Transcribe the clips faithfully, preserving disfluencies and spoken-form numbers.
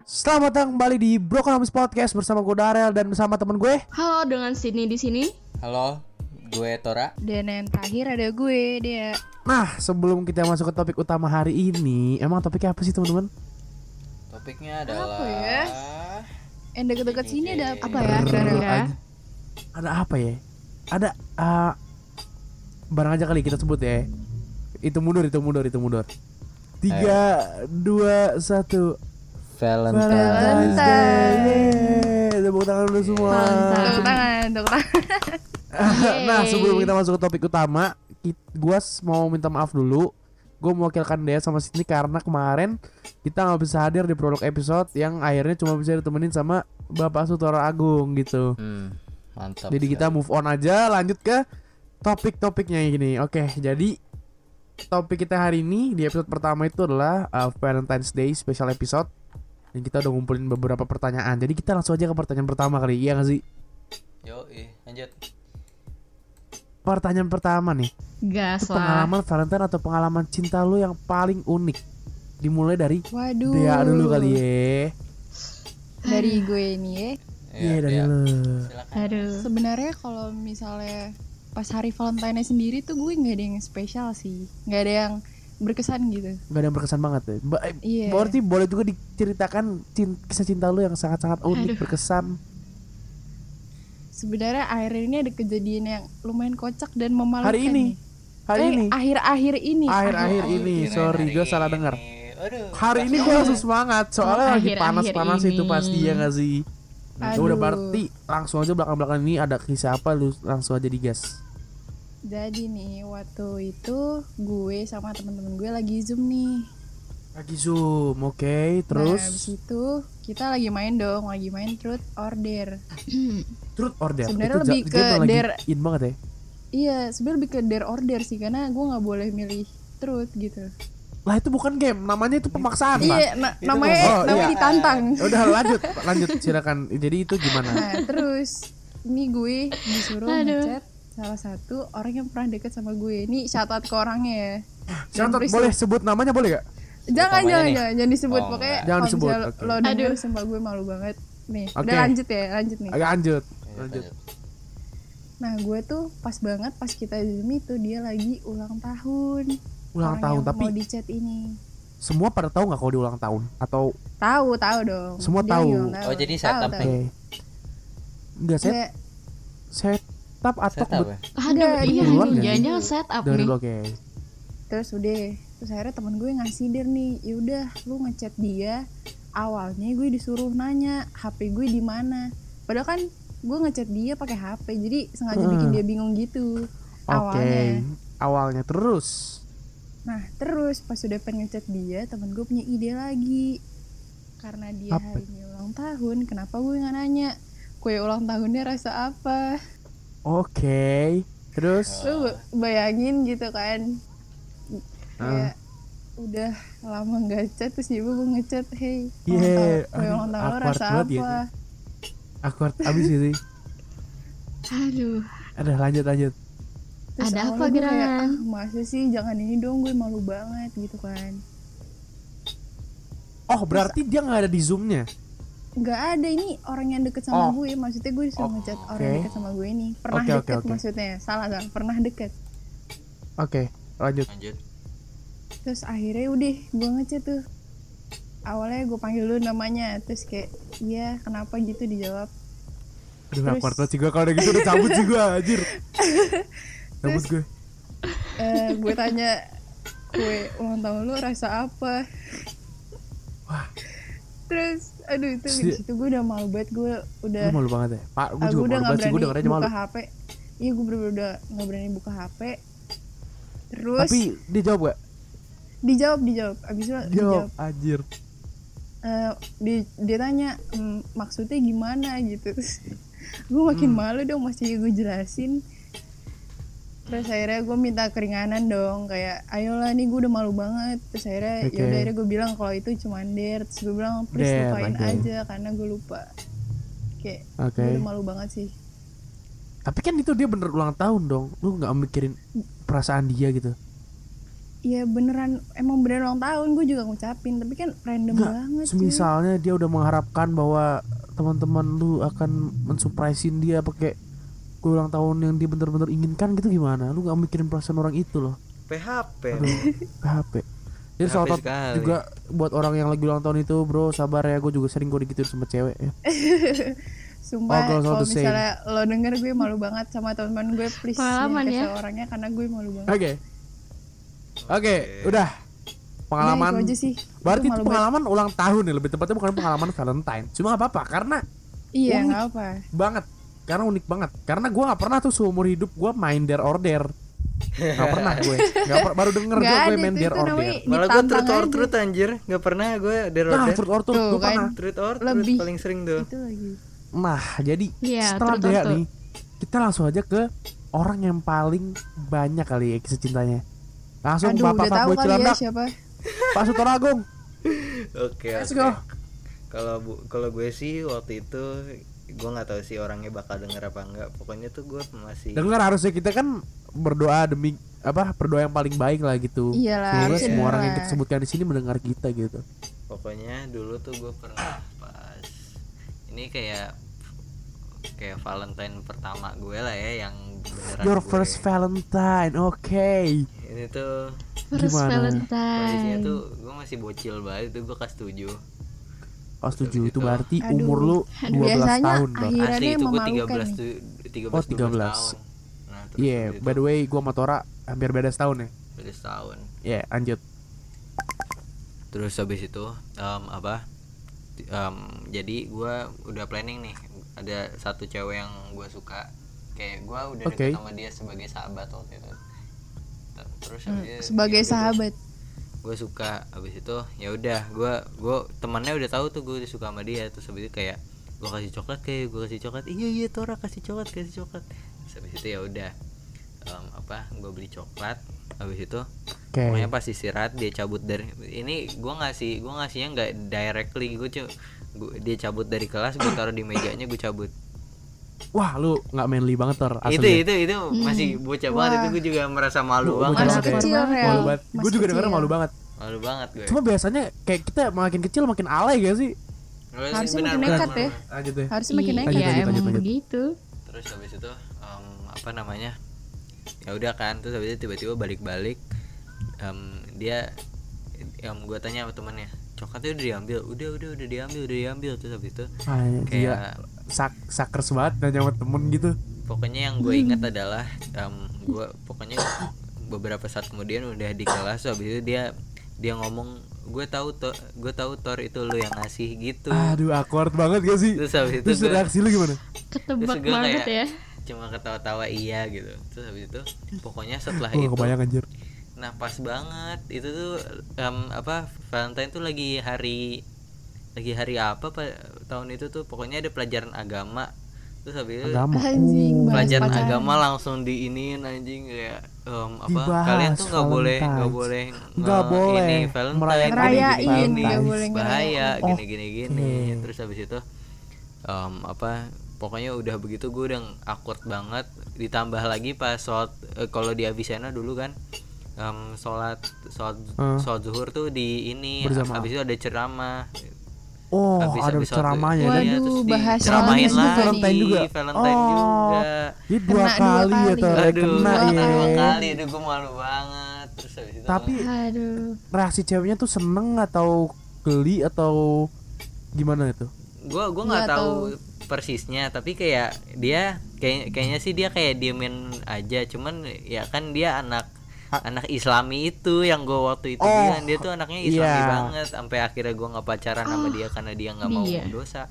Selamat datang kembali di Broken Homies Podcast bersama gue Darel dan bersama temen gue. Halo, dengan Sydney di sini. Halo, gue Tora. Dan yang terakhir ada gue, dia. Nah, sebelum kita masuk ke topik utama hari ini, emang topiknya apa sih teman-teman? Topiknya adalah Apa ya? Yang deket-deket Ini sini deh. ada apa ya? Kira-kira. Ada, ada apa ya? Ada uh, barang aja kali kita sebut ya. Itu mundur, itu mundur, itu mundur. Tiga, dua, satu. Valentine. Valentine's Day. Yeay, tepuk tangan dulu semua. Valentine. Tepuk tangan, tepuk tangan. Nah, sebelum kita masuk ke topik utama, gue mau minta maaf dulu. Gue mewakilkan Dea sama Sydney karena kemarin kita nggak bisa hadir di prolog episode yang akhirnya cuma bisa ditemenin sama Bapak Sutora Agung gitu. Hmm, mantap. Jadi kita move on aja, lanjut ke topik-topiknya ini. Oke, jadi topik kita hari ini di episode pertama itu adalah uh, Valentine's Day special episode. Dan kita udah ngumpulin beberapa pertanyaan. Jadi kita langsung aja ke pertanyaan pertama kali, iya gak sih? Yo, ih, lanjut. Pertanyaan pertama nih. Gas Itu lah. pengalaman Valentine atau pengalaman cinta lu yang paling unik? Dimulai dari Waduh. Dea dulu kali ya. Dari gue ini ya. Iya dari lu. Silakan. Aduh. Sebenarnya kalau misalnya pas hari Valentine sendiri tuh gue nggak ada yang spesial sih, nggak ada yang berkesan gitu. Gak ada yang berkesan banget ya. Ba- eh, Iya. Berarti boleh juga diceritakan cin- kisah cinta lu yang sangat-sangat unik, Aduh. berkesan. Sebenarnya akhir ini ada kejadian yang lumayan kocak dan memalukan. Hari ini. nih. Hari eh, ini. akhir-akhir ini. Akhir-akhir Akhir- ini. Kirain Sorry, hari gue salah ini. dengar. Aduh. Hari ini gue langsung semangat. Soalnya Oh, lagi akhir-akhir panas-panas itu ini. pasti ya gak sih? Ya Aduh. udah berarti langsung aja belakang-belakang ini ada kisah apa lu langsung aja digas. Jadi nih waktu itu gue sama teman-teman gue lagi zoom nih. Lagi zoom, oke. Nah, Terus habis itu kita lagi main dong, lagi main truth order. truth order. Sebenarnya Itu lebih ja- ke game yang lagi dare- in banget ya. Iya, sebenarnya lebih ke dare order sih karena gue nggak boleh milih truth gitu. Lah itu bukan game, namanya itu pemaksaan, Pak. Iya, na- Itu namanya oh, namanya iya. ditantang. Udah lanjut, lanjut silakan. Jadi itu gimana? Nah, terus ini gue disuruh Aduh. ngechat salah satu orang yang pernah deket sama gue. Ini shout out ke orangnya ya. Dan Catat, please boleh lo- sebut namanya boleh gak? Jangan Utamanya jangan nih. jangan jangan disebut Oh, pokoknya. jangan kalau disebut, misalnya oke. Lo denger Aduh. sumpah gue malu banget. Nih, Oke. udah lanjut ya, lanjut nih. Agak lanjut. Iya, Lanjut. lanjut. Nah, gue tuh pas banget pas kita zoom itu dia lagi ulang tahun. Ulang Orang tahun yang tapi mau di chat ini. semua pada tahu nggak kalau di ulang tahun atau Tahu, tahu dong. Semua Dia tahu. lagi ulang tahun. Oh, jadi Tahu, setup tahu. oke. Enggak set Kayak, setup atau Setup kebet- ya? Aduh, Enggak, iya kebetulan nih, ya. jangan-jangan setup dari nih. lu, oke. terus udah, terus akhirnya temen gue ngasih dir nih, yaudah lu ngechat dia. Awalnya gue disuruh nanya H P gue di mana. Padahal kan gue ngechat dia pakai H P, jadi sengaja Hmm. bikin dia bingung gitu. Oke. Awalnya. Awalnya terus. Nah terus pas udah pengen ngechat dia, temen gue punya ide lagi. Karena dia Apa? hari ini ulang tahun, kenapa gue nggak nanya kue ulang tahunnya rasa apa? Oke. Terus Lu bayangin gitu kan, Ah. kayak udah lama nggak chat terus ibu gue ngechat, hey Iya, ulang tahun, kue aduh, ulang tahun lo awkward rasa banget apa? ya. awkward abis gitu. Aduh, Ada lanjut lanjut. Terus Ada awalnya apa, gue kayak, Geran? ah, masa sih jangan ini dong, gue malu banget gitu kan. Oh berarti dia nggak ada di zoomnya. Nggak ada, ini orang yang deket sama Oh. gue, maksudnya gue disuruh Oh, ngechat orang yang oke. deket sama gue ini pernah Oke, oke, deket oke. maksudnya, salah salah pernah deket. Oke lanjut. Lanjut. Terus akhirnya udah gue ngechat tuh, awalnya gue panggil dulu namanya, terus kayak iya kenapa gitu dijawab. Aduh Terus- awkward banget sih gue kalau udah gitu udah cabut sih gue anjir. Cabut gue. Eh, gue tanya kue ulang tahun lu rasa apa. Wah. Terus aduh itu Terus di dia- situ gue udah malu banget, gue udah Lu malu banget ya. Pak gue ah, juga gue udah malu nggak banget sih, gue berani dengernya malu. buka H P. Iya gue bener-bener udah nggak berani buka H P. Terus Tapi dia jawab gak? dijawab dijawab abis itu Jawab dijawab. anjir. Eh, di, dia tanya "Hmm, maksudnya gimana gitu. Terus gue makin Hmm. malu dong, masih gue jelasin. Terus akhirnya gue minta keringanan dong, kayak ayolah nih gue udah malu banget. Terus akhirnya Oke. yaudah akhirnya gue bilang kalau itu cuma dare. Terus gue bilang please Dare, lupain oke. aja karena gue lupa. Kayak Oke. gue udah malu banget sih. Tapi kan itu dia bener ulang tahun dong. Lu nggak mikirin perasaan dia gitu. ya beneran emang beneran ulang tahun gue juga ngucapin, tapi kan random Nggak, banget. cuy. Semisalnya dia udah mengharapkan bahwa teman-teman lu akan mensurprisein dia pakai kue ulang tahun yang dia bener-bener inginkan gitu, gimana? Lu nggak mikirin perasaan orang itu loh. P H P. Aduh, P H P. Jadi P H P shout out sekali. juga buat orang yang lagi ulang tahun itu, bro, sabar ya, gue juga sering gue digituin sama cewek ya. Sumpah Oh, girls all kalau the same. misalnya lo denger gue malu banget sama teman-teman gue, please Pengalaman jangan ya. kasih orangnya karena gue malu banget. Oke. Oke, udah. Pengalaman. Udah, itu aja sih. Berarti Itu itu malu pengalaman ulang tahun ya, lebih tepatnya bukan pengalaman Valentine. Cuma nggak apa-apa karena Iya unik nggak apa. banget. Karena unik banget. Karena gue nggak pernah tuh seumur hidup gue main dare or dare. Nggak pernah gue. Nggak per- baru denger Nggak gue gue ada main tuh, dare itu or namanya dare. Malah gue ditantang truth or aja. truth anjir, nggak pernah gue dare or Nah, dare. truth or truth Tuh, gue kan. pernah. Truth or truth Lebih. paling sering tuh. Itu lagi. Nah, jadi Iya, setelah truth or dea truth. nih, kita langsung aja ke orang yang paling banyak kali ya kisah cintanya. Langsung Aduh, Bapak udah tahu Fuckboy kali ya Cilandak, siapa. Pak Sutaragung. Oke. Let's oke. go. Kalau bu- kalau gue sih waktu itu gue nggak tahu sih orangnya bakal denger apa enggak. Pokoknya tuh gue masih Dengar, harusnya kita kan berdoa demi apa? Berdoa yang paling baik lah gitu. Iyalah, Semoga harusnya semua orang yang lah. kita sebutkan di sini mendengar kita gitu. pokoknya dulu tuh gue pernah pas ini kayak kayak Valentine pertama gue lah ya, yang beneran Your gue. first Valentine, oke. Ini tuh First Gimana? kondisinya Valentine. tuh gue masih bocil banget, itu gue kelas tujuh. Pas tujuh itu Gitu. berarti Aduh. umur lu dua belas Biasanya tahun, Bang. akhir- Asli Akhirannya itu gue memalukan tiga belas nih. tuh tiga Oh, belas tiga belas. tahun. Nah, terus Iya, habis by itu the way, gua sama Tora hampir beda setahun ya. beda setahun. Iya, lanjut. Terus habis itu em, apa? Em, jadi gue udah planning nih, ada satu cewek yang gue suka, kayak gue udah Oke. deket sama dia sebagai sahabat waktu itu. Ter- Terus Hmm, habis- sebagai ya udah, sahabat. gue suka. Habis itu ya udah gue gue temannya udah tahu tuh gue udah suka sama dia. Terus habis itu kayak gue kasih coklat, kayak gue kasih coklat, iya iya Tora kasih coklat kasih coklat. Terus habis itu ya udah em, apa gue beli coklat. Habis itu Oke. pokoknya pas istirahat dia cabut dari ini, gue ngasih gue ngasihnya nggak directly, gue cu gua, dia cabut dari kelas, gue taruh di mejanya, gue cabut. Wah, lu nggak manly banget, Tor. Itu itu itu masih bocah banget, Wah. itu gue juga merasa malu Gua- gua banget. Masih banget ya. kecil Malu Rel. Malu banget. Masih Gue juga dengerin kecil. malu banget. Malu banget gue. Cuma biasanya kayak kita makin kecil makin alay gak sih? Harusnya makin nekat ya. Lanjut deh. Harusnya makin Iya, nekat. Lanjut, lanjut, emang lanjut, lanjut. begitu. Terus habis itu em, apa namanya, ya udah kan. Terus habis itu tiba-tiba balik-balik, em, dia yang gue tanya sama temannya, coklatnya udah diambil, udah udah udah diambil udah diambil. Terus habis itu Ah, dia kayak sak sakers banget nanya sama temen gitu. pokoknya yang gue ingat adalah em, gue pokoknya beberapa saat kemudian udah di kelas. Terus habis itu dia dia ngomong, gue tahu to gue tahu Tor itu lu yang ngasih gitu. Aduh, awkward banget gak sih? Terus habis itu Terus gue reaksi lu gimana? Ketebak Terus gua banget kayak- ya. cuma ketawa-tawa iya gitu. Terus habis itu pokoknya setelah Gue itu, kebayang anjir. nah pas banget itu tuh em, apa Valentine tuh lagi hari lagi hari apa pak tahun itu tuh, pokoknya ada pelajaran agama. Terus habis itu Agama. Anjing, Oh. bahas pelajaran pacaran. agama langsung diinin anjing, kayak em, apa Dibahas kalian tuh nggak boleh nggak Valentine. boleh Nggak nge- boleh ini Valentine merayakan Ngerayain, gini, gini, nggak gini, boleh bahaya ngerayain. gini gini gini. Oke. Terus habis itu em, apa pokoknya udah begitu gue udah awkward banget. Ditambah lagi pas sholat eh, kalau di Avicenna dulu kan em, sholat sholat Hmm. sholat zuhur tuh di ini, Berjamaah. habis itu ada ceramah. Oh, Habis- ada habis sholat- ceramahnya iya, dan Waduh, terus bahas diceramahin Valentine juga lagi, nih. juga. Valentine Oh. juga. Jadi dua Kena dua kali ya, kali. Tor. Aduh, Kena kena ya. dua kali, aduh gue malu banget. Terus habis itu Tapi Aduh. reaksi ceweknya tuh seneng atau geli atau gimana itu? gue gue nggak Nggak tahu persisnya, tapi kayak dia kayak kayaknya sih dia kayak diemin aja. Cuman ya kan dia anak anak Islami itu yang gue waktu itu Oh, bilang, dia tuh anaknya Islami iya. banget, sampai akhirnya gue nggak pacaran sama dia karena dia nggak mau dia. dosa.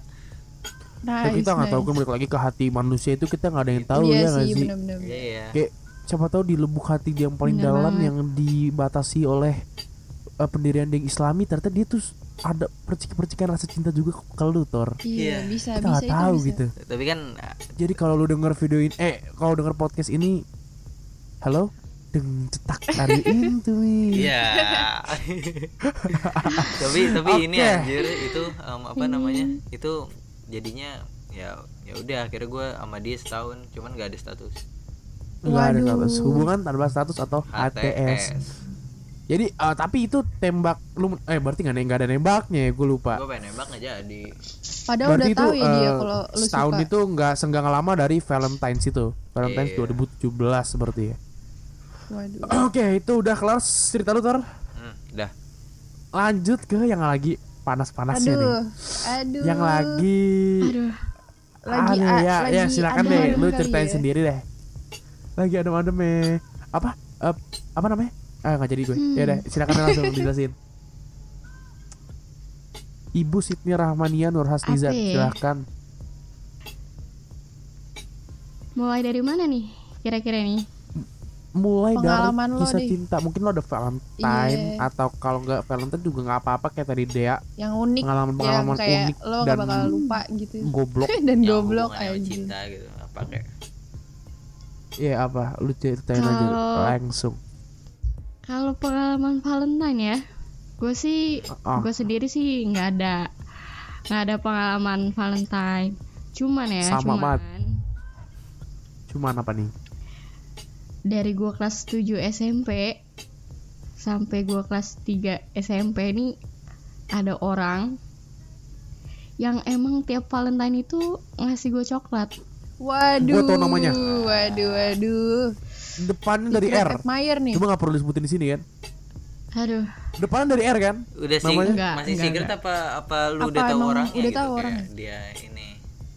Ya, Nice, kita nggak tahu nice. kan, balik lagi ke hati manusia itu kita nggak ada yang tahu Iya ya nggak sih, sih? bener-bener. Iya. Kayak siapa tahu di lubuk hati dia yang paling Bener dalam banget. yang dibatasi oleh uh, pendirian yang Islami, ternyata dia tuh ada percikan-percikan rasa cinta juga ke lu, Tor. Iya. Iya, bisa, Kita bisa nggak itu tahu bisa. gitu. Tapi kan Jadi kalau lu denger video ini, eh kalau denger podcast ini, halo, deng cetak dari into me. iya. tapi tapi ini Oke. anjir itu em, apa namanya? Itu jadinya ya ya udah akhirnya gue sama dia setahun, cuman nggak ada status. Nggak ada Waduh. status hubungan tanpa status atau H T S. Jadi eh, tapi itu tembak lu eh berarti nggak nggak ada nembaknya ya, gue lupa. Gue pengen nembak nggak jadi. Padahal Berarti udah itu tahu ya dia eh, kalau lu setahun suka. itu nggak senggang lama dari Valentine's itu. Valentine's Iya. dua ribu tujuh belas berarti ya. Waduh. Oke, itu udah kelar cerita lu Tor. Hmm, udah. Lanjut ke yang lagi panas-panasnya nih. Aduh. Aduh. Yang lagi Aduh. lagi Aduh, a- ya, lagi ya silakan deh, adem-adem lu kali ceritain ya. sendiri deh. Lagi adem-adem ya. Apa? Eh, apa namanya? Ah, nggak jadi gue. Hmm. Ya udah, silakan langsung dijelasin. Ibu Sydney Rahmania Nur Hasnizat, Apa ya? silakan. Mulai dari mana nih? Kira-kira nih. Mulai Pengalaman dari lo kisah deh. cinta. Mungkin lo ada Valentine Iya. atau kalau nggak Valentine juga nggak apa-apa kayak tadi Dea. Yang unik, Pengalaman-pengalaman yang kayak unik lo dan gak bakal lupa gitu. goblok. Dan Yang goblok hubungannya sama aja. cinta gitu. Apa kayak? Iya apa? Lu ceritain aja Kalau- langsung. Kalau pengalaman Valentine ya, gue sih, Ah. gue sendiri sih nggak ada, nggak ada pengalaman Valentine. Cuman ya, Sama cuman banget. Cuman apa nih? dari gue kelas tujuh S M P sampai gue kelas tiga S M P nih ada orang yang emang tiap Valentine itu ngasih gue coklat. Waduh. Gua tau namanya. Waduh, waduh. Depannya dari R. Secret admirer nih. Cuma nggak perlu disebutin di sini kan? Aduh, Depannya dari R kan? Udah sih Namanya? Enggak, masih enggak, secret enggak. apa apa lu Apa udah tahu emang orangnya udah gitu tahu kayak orangnya? dia ini.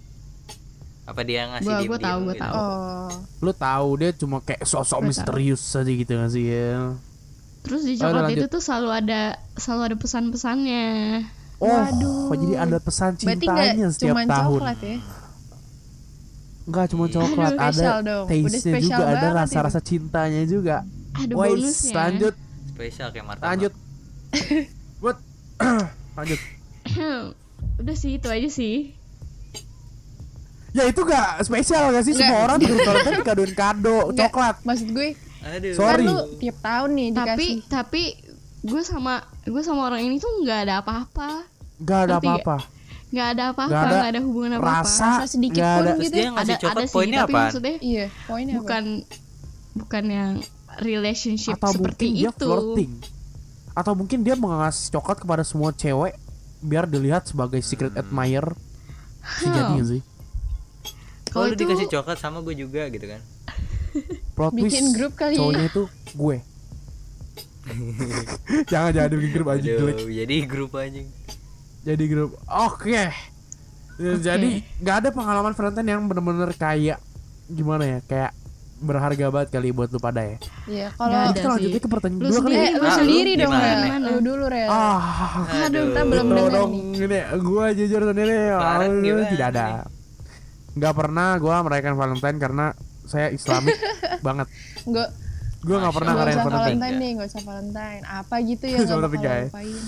Apa dia ngasih Gua- diem gua tahu, gua tahu. Oh. Lu tahu dia cuma kayak sosok Gua tahu. misterius aja gitu nggak sih ya? terus di Oh, udah coklat lanjut. itu tuh selalu ada, selalu ada pesan-pesannya. Oh, Waduh. jadi ada pesan Berarti cintanya nggak setiap cuma tahun. coklat ya? Enggak cuma coklat, Aduh, ada spesial dong. Udah taste-nya spesial juga, ada banget rasa-rasa cintanya juga. Ada Wais, bonusnya. lanjut, Spesial kayak martabak. lanjut. Buat lanjut. Udah sih, itu aja sih. Ya itu gak spesial gak sih? Nggak. Semua orang di Valentine dikadoin kado, Enggak, coklat. Maksud gue, Aduh. Sorry. kan lu tiap tahun nih Tapi dikasih. tapi gue sama gue sama orang ini tuh nggak ada apa-apa, Gak ada Ngerti nggak? apa-apa. nggak ada apa-apa, Nggak ada nggak ada hubungan apa-apa. Rasa, Rasa sedikit nggak pun ada. gitu. Dia ngasih Ada coklat ada sih, poinnya tapi apaan? maksudnya Iya, poinnya apa? bukan bukan yang relationship Atau seperti mungkin dia itu. flirting. Atau mungkin dia mengasih coklat kepada semua cewek biar dilihat sebagai secret Hmm. admirer. Bisa Hmm. jadi gak sih? Kalau Kalau lu itu dikasih coklat sama gue juga gitu kan. Plot Bikin twist, grup kali. cowoknya itu gue. Jangan jangan bikin grup aja jelek. Aduh, jadi grup aja. Jadi grup. Oke. Ya, Jadi nggak ada pengalaman Valentine yang bener-bener kayak gimana ya? Kayak berharga banget kali buat lu pada ya. Iya, Nggak kalau ada Kita lanjutnya sih. ke pertanyaan Lu kedua kali. sendiri, ya. eh, lu Ah, lu sendiri dong, gimana? Rel. Gimana? Lu dulu, Rel. Ah, Aduh, kita belum gitu dengar dong. nih. Ini gua jujur sendiri. Farhan ah, gimana tidak ada. nih? Nggak pernah gua merayakan Valentine karena saya Islamik banget. Enggak, Gua nggak Masya pernah enggak ngerayain usah Valentine. Valentine deh, enggak usah Valentine. Apa gitu ya Nggak enggak usah bakal Valentine, lupain.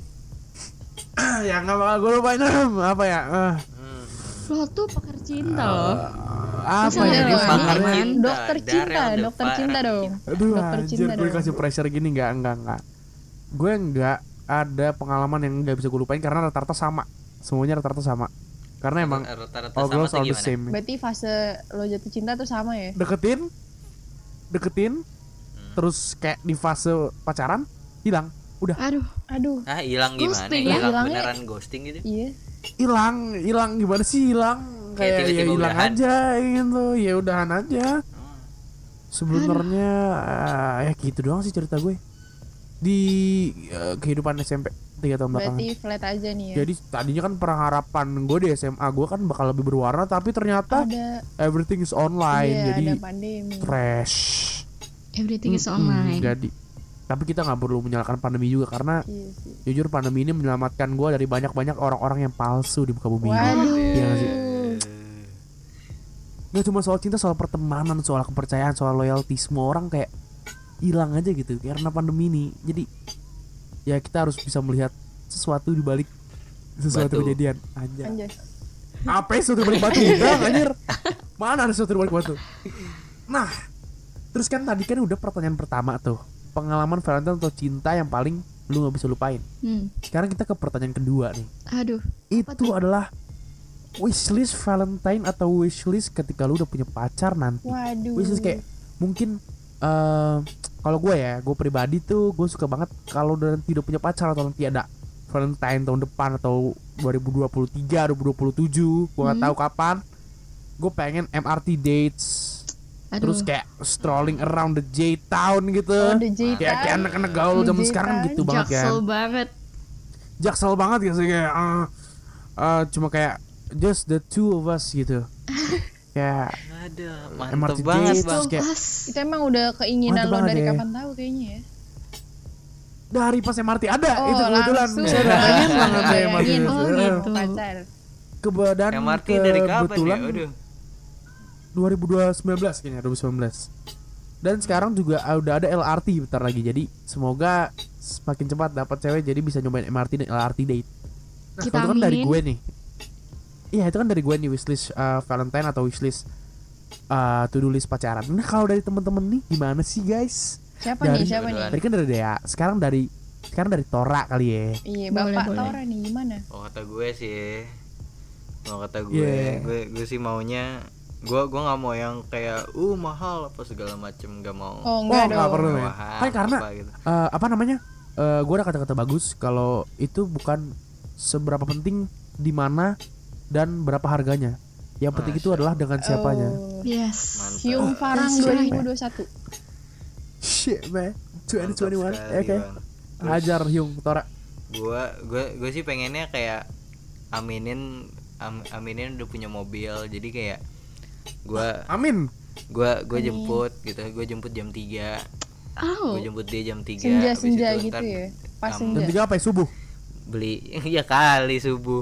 Ya nggak bakal gua lupain apa ya? Eh, Hmm. Lo tuh pakar cinta loh. apa Masa ya? ada Gua lo pakar ini? cinta. Dokter Darel cinta, the dokter Farhan. cinta dong. Aduh Dokter anjir, cinta gue dong. kasih pressure gini nggak enggak enggak. Gue nggak ada pengalaman yang nggak bisa gue lupain karena rata-rata sama. Semuanya rata-rata sama. Karena emang Rata-rata all sama girls tuh all the gimana? same. Berarti fase lo jatuh cinta tuh sama ya? Deketin, deketin, Hmm. terus kayak di fase pacaran hilang, udah Aduh, Aduh, Ah, hilang gimana? Ghosting, ya? Hilang Hilangnya- beneran ghosting gitu? iya. hilang, hilang gimana sih hilang? Kayak Kayak ya tiba-tiba hilang udahan. aja gitu, ya udahan aja. Hmm. Sebenarnya eh, ya gitu doang sih cerita gue di eh, kehidupan S M P tiga tahun belakangan. Berarti flat aja nih ya. Jadi tadinya kan pengharapan gue di S M A gue kan bakal lebih berwarna, tapi ternyata ada everything is online, iya, jadi ada pandemi. crash. everything is Mm-mm, online. Jadi tapi kita nggak perlu menyalahkan pandemi juga karena Iya sih. jujur pandemi ini menyelamatkan gue dari banyak-banyak orang-orang yang palsu di muka bumi ini. Waduh. Iya nggak sih? Gak cuma soal cinta, soal pertemanan, soal kepercayaan, soal loyalty, semua orang kayak hilang aja gitu karena pandemi ini. Jadi ya kita harus bisa melihat sesuatu di balik sesuatu Batu. kejadian aja. Anjas. Apa ya sesuatu di balik batu? Enggak anjir. Mana ada sesuatu di balik batu? Nah, terus kan tadi kan udah pertanyaan pertama tuh, pengalaman Valentine atau cinta yang paling lu nggak bisa lupain. Hmm. Sekarang kita ke pertanyaan kedua nih. Aduh, Itu tuh? adalah wishlist Valentine atau wishlist ketika lu udah punya pacar nanti. Waduh. Wishlist kayak mungkin eh kalau gue ya, gue pribadi tuh gue suka banget kalau udah tidak punya pacar atau nanti ada Valentine tahun depan atau dua ribu dua puluh tiga, dua ribu dua puluh tujuh, gue nggak Hmm. tahu kapan. Gue pengen M R T dates, Aduh. terus kayak strolling around the J-Town gitu. Oh, the J Kayak kayak anak-anak gaul The zaman J-Town. sekarang gitu banget kan. Jaksel banget. Jaksel banget gitu kayak uh, uh, cuma kayak just the two of us gitu. Kayak Ada, M R T mantep banget dates, bang. kayak Pas. Itu emang udah keinginan Mantep lo banget dari ya. kapan tahu kayaknya ya. dari pas M R T ada Oh, itu kebetulan langsung. saya udah pengen banget deh M R T. Bayangin, oh, Eh, gitu. Pacar. Kebetulan M R T dari kapan ya? kebetulan Aduh. dua ribu sembilan belas kayaknya dua ribu sembilan belas. Dan sekarang juga udah ada L R T bentar lagi. Jadi semoga semakin cepat dapat cewek jadi bisa nyobain M R T dan L R T date. Nah, Kita kalau itu kan dari aminin. gue nih. Iya, itu kan dari gue nih wishlist uh, Valentine atau wishlist uh, to do list pacaran. Nah, kalau dari temen-temen nih gimana sih, guys? Siapa Dari- nih? Siapa nih? Kebetulan. Tadi kan dari Dea, sekarang dari sekarang dari Tora kali ya. Iya, Boleh, Bapak boleh. Tora nih gimana? Oh kata gue sih, mau kata gue, Yeah. gue gue sih maunya, gue gue nggak mau yang kayak uh mahal apa segala macem, nggak mau. Oh, Oh, enggak nggak dong. perlu ya. Mewahan, Kan karena apa gitu. uh, apa namanya? Uh, gue ada kata-kata bagus kalau itu bukan seberapa penting di mana dan berapa harganya. Yang penting itu Masya adalah dengan siapanya. Oh. Yes. Mantap. Hyung Farang That's dua right. ribu dua puluh satu. Shit man, Mantap dua ribu dua puluh satu. sekali, Oke. Bang. Ajar Hyung Tora. Gue gue gue sih pengennya kayak aminin am, aminin udah punya mobil, jadi kayak gue Amin. gue gue jemput gitu, gue jemput jam tiga, Oh. gue jemput dia jam tiga, Senja-senja habis itu gitu ntar ya. Pas am- Dan senja. tiga apa ya? Subuh? beli ya kali subuh.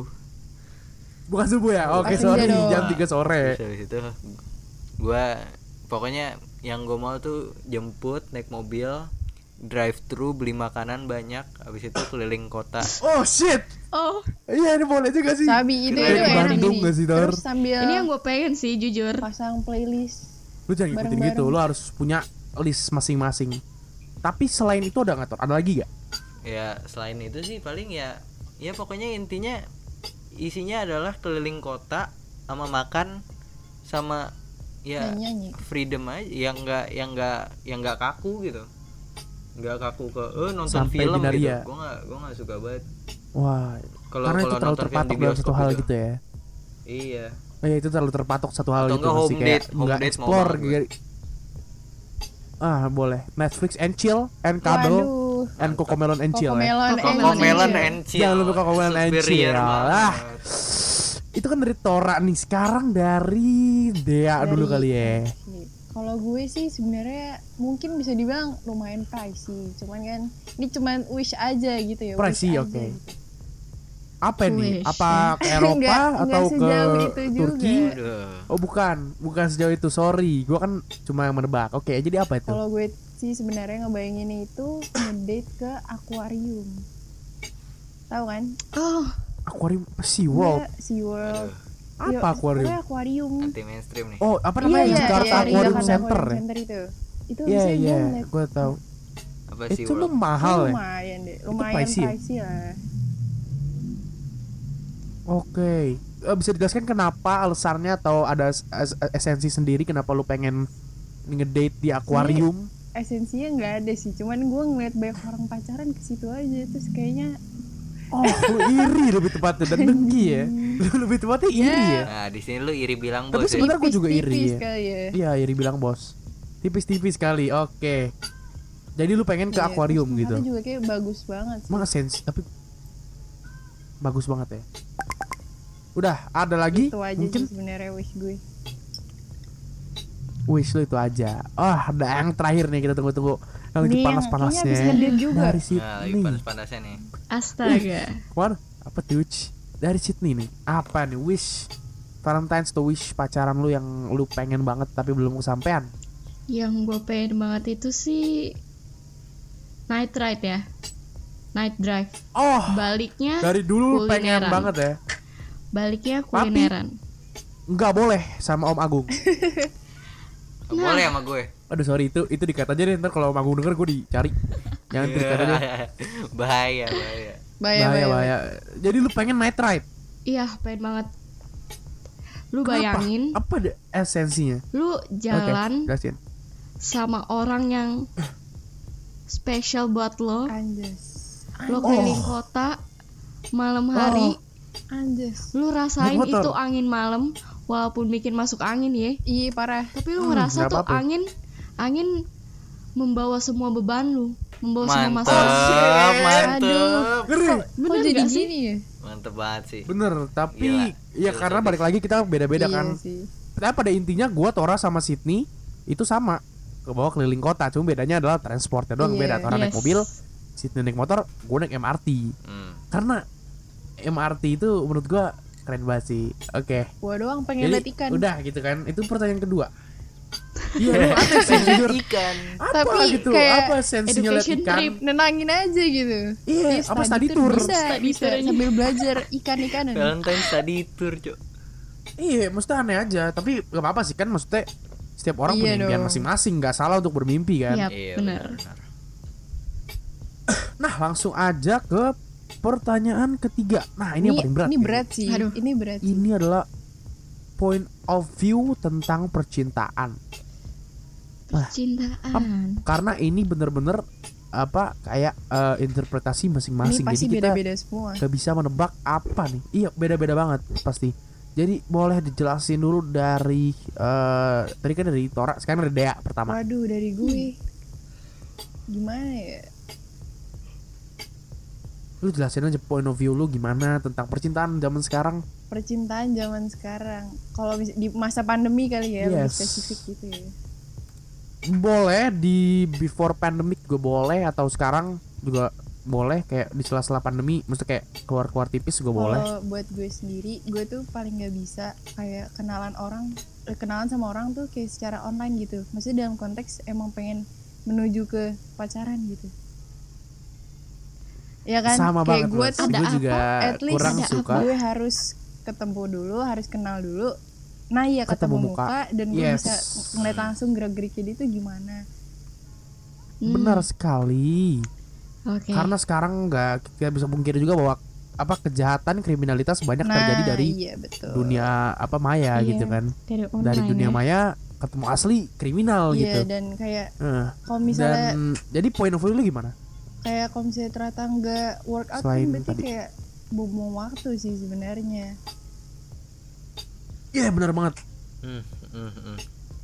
Bukan subuh ya? Oke, Pas sorry. senja dong. Jam tiga sore. Terus habis itu gue pokoknya yang gue mau tuh jemput naik mobil, drive thru, beli makanan banyak, habis itu keliling kota. Oh shit. Oh, Iya, ini boleh juga sih. Sabi itu Kayak itu di enak Bandung ini. nggak sih, Tor? Terus sambil ini yang gue pengen sih jujur. pasang playlist. Lu jangan ngikutin Bareng-bareng. gitu. Lu harus punya list masing-masing. Tapi selain itu ada nggak, Tor? Ada lagi gak? Ya selain itu sih paling ya ya pokoknya intinya isinya adalah keliling kota sama makan sama ya Nyanyi. freedom aja, yang enggak yang enggak yang enggak kaku gitu, nggak kaku ke eh nonton Sampai film gitu. binaria. Gue nggak gue nggak suka banget Wah, kalau karena itu kalau terlalu nonton film terpatok di dalam satu bioskop hal gitu. gitu ya. Iya. Oh iya, itu terlalu terpatok satu hal Atau gitu enggak mesti home kayak date, home nggak date mau explore banget gue. gitu. Ah, boleh. Netflix and chill and cuddle Waduh. and Cocomelon and chill ya. Cocomelon Cocomelon and and chill. Jangan lupa Cocomelon and Superior chill. banget. Ah. Itu kan dari Tora nih. Sekarang dari Dea Dari- dulu kali ya. Kalau gue sih sebenarnya mungkin bisa dibilang lumayan pricey, cuman kan ini cuman wish aja gitu ya. wish Pricey, aja oke. gitu. Apa nih? Wish. Apa ke Eropa Nggak- atau nggak ke sejauh itu juga. Turki? Aduh. Oh bukan, bukan sejauh itu. Sorry, gua kan cuma menebak. Oke, jadi apa itu? Kalau gue sih sebenarnya ngebayangin itu ngedate ke akuarium. Tahu kan? Oh, Aquarium Sea World. Iya, SeaWorld. Apa Iya, aquarium? pokoknya akuarium. Anti mainstream nih. Oh, apa Iya, namanya? iya, Jakarta iya, Aquarium Jakarta Center Aquarium ya? Center itu. Itu Iya, bisa iya, gue ngeliat. gua tahu. Apa sih? Itu tuh mahal ya? Lumayan deh, lumayan pricey ya? pricey lah. Oke. Eh, bisa dijelaskan kenapa alasannya atau ada es- es- esensi sendiri kenapa lu pengen ngedate di akuarium? Esensinya nggak ada sih, cuman gue ngeliat banyak orang pacaran ke situ aja, terus kayaknya Oh, lu iri lebih tepatnya dan dengki ya. Lu lebih tepatnya iri ya. Nah, di sini lu iri bilang Tapi bos. ya. sebenarnya gue juga iri tipis-tipis ya. kali ya. Iya, iri bilang bos. Tipis-tipis kali. Oke. Jadi lu pengen ke Iya, akuarium terus gitu. tempatnya juga kayak bagus banget sih. Emang esensi tapi bagus banget ya. Udah, ada lagi? Itu aja Mungkin sih sebenarnya wish gue. wish lu itu aja. Oh, ada yang terakhir nih kita tunggu-tunggu. Yang lagi Ini yang panas-panasnya. kayaknya habis ngedate juga. Dari Nah, lagi Sydney. panas-panasnya nih. astaga. Wan, apa tuh? Ci? Dari Sydney nih. Apa nih wish Valentine's tuh wish pacaran lu yang lu pengen banget tapi belum kesampaian? Yang gue pengen banget itu sih night ride ya. Night drive. Oh, Baliknya dari dulu lu pengen kulineran. banget ya. Baliknya kulineran. Enggak boleh sama Om Agung. Nggak boleh sama gue. Aduh sorry itu itu dikat aja deh, ntar kalau Om Agung denger gue dicari. Jangan dikat aja. bahaya, bahaya. Bahaya, Bahaya, bahaya. bahaya. Jadi lu pengen night ride? Iya, pengen banget. Lu Kenapa? bayangin, Apa deh esensinya? lu jalan Oke, jelasin. sama orang yang spesial buat lo. Anjas. Lo keliling kota malam hari, Anjas. lu rasain Naik motor. itu angin malam, walaupun bikin masuk angin ya, Iya parah. tapi lu Hmm, ngerasa nggak tuh apa-apa. angin angin membawa semua beban lu, membawa semua Mantep, masalah. mantep. Ngeri. Kok Bener jadi gak sih? gini ya? Mantep banget sih. Bener, tapi Gila. ya Gila, karena sadis. balik lagi kita beda-beda Iya kan. sih. Tapi pada intinya gua Tora sama Sydney itu sama, ke bawah keliling kota, cuma bedanya adalah transportnya doang Iya. beda. Tora naik Yes. mobil, Sydney naik motor, gua naik M R T. Hmm. Karena M R T itu menurut gua keren banget sih. Oke. Gua doang pengen Jadi liat ikan. udah gitu kan. Itu pertanyaan kedua. Iya, lu aneh sih jujur. Ikan. Apa Tapi gitu? kayak Apa sensinya lihat education ikan? trip. Nenangin aja gitu. Iya, Di apa study tour? Bisa, Study bisa tour aja. sambil belajar ikan-ikanan. Valentine study tour, Cok. Iya, maksudnya aneh aja. Tapi gak apa-apa sih kan, maksudnya setiap orang Iya punya impian dong. masing-masing, nggak salah untuk bermimpi kan. Iya, Iya, bener. benar. Nah, langsung aja ke pertanyaan ketiga. Nah, ini, yang paling berat. Ini nih. berat sih. Aduh. Ini berat sih. Ini adalah point of view tentang percintaan. Cintaan. Karena ini bener-bener apa kayak eh, interpretasi Ini masing-masing. pasti Jadi kita beda-beda semua. gak bisa menebak apa nih. Iya, beda-beda banget pasti. Jadi boleh dijelasin dulu dari eh tadi kan dari Tora, sekarang dari Dea pertama. Waduh, dari gue. Gimana ya? Lu jelasin aja point of view lu gimana tentang percintaan zaman sekarang. Percintaan zaman sekarang. Kalau mis- di masa pandemi kali ya, lebih Yes. spesifik gitu ya. Boleh di before pandemic juga boleh, atau sekarang juga boleh, kayak di sela-sela pandemi, maksudnya kayak keluar-keluar tipis juga boleh. Kalau buat gue sendiri, gue tuh paling nggak bisa kayak kenalan orang, eh, kenalan sama orang tuh kayak secara online gitu. Maksudnya dalam konteks emang pengen menuju ke pacaran gitu. Ya kan? Sama kayak banget gue Mas. tuh Ada Gue juga at least kurang ada suka. gue harus ketemu dulu, harus kenal dulu. Nah iya Ketemu ketemu, muka. muka, dan gue Yes. bisa ngeliat langsung gerak-geriknya dia tuh gimana. Hmm, Benar sekali. Oke. Karena sekarang nggak kita bisa pungkiri juga bahwa apa kejahatan kriminalitas banyak Nah terjadi dari iya betul. dunia apa maya Iya. gitu kan. dari online Dari dunia ya. maya ketemu asli kriminal Iya gitu. dan kayak Eh, kalau misalnya dan jadi point of view lu gimana? kayak kalau misalnya ternyata nggak work out Selain kan berarti tadi. kayak buang waktu sih sebenarnya. Iya benar banget. Hmm, hmm, hmm.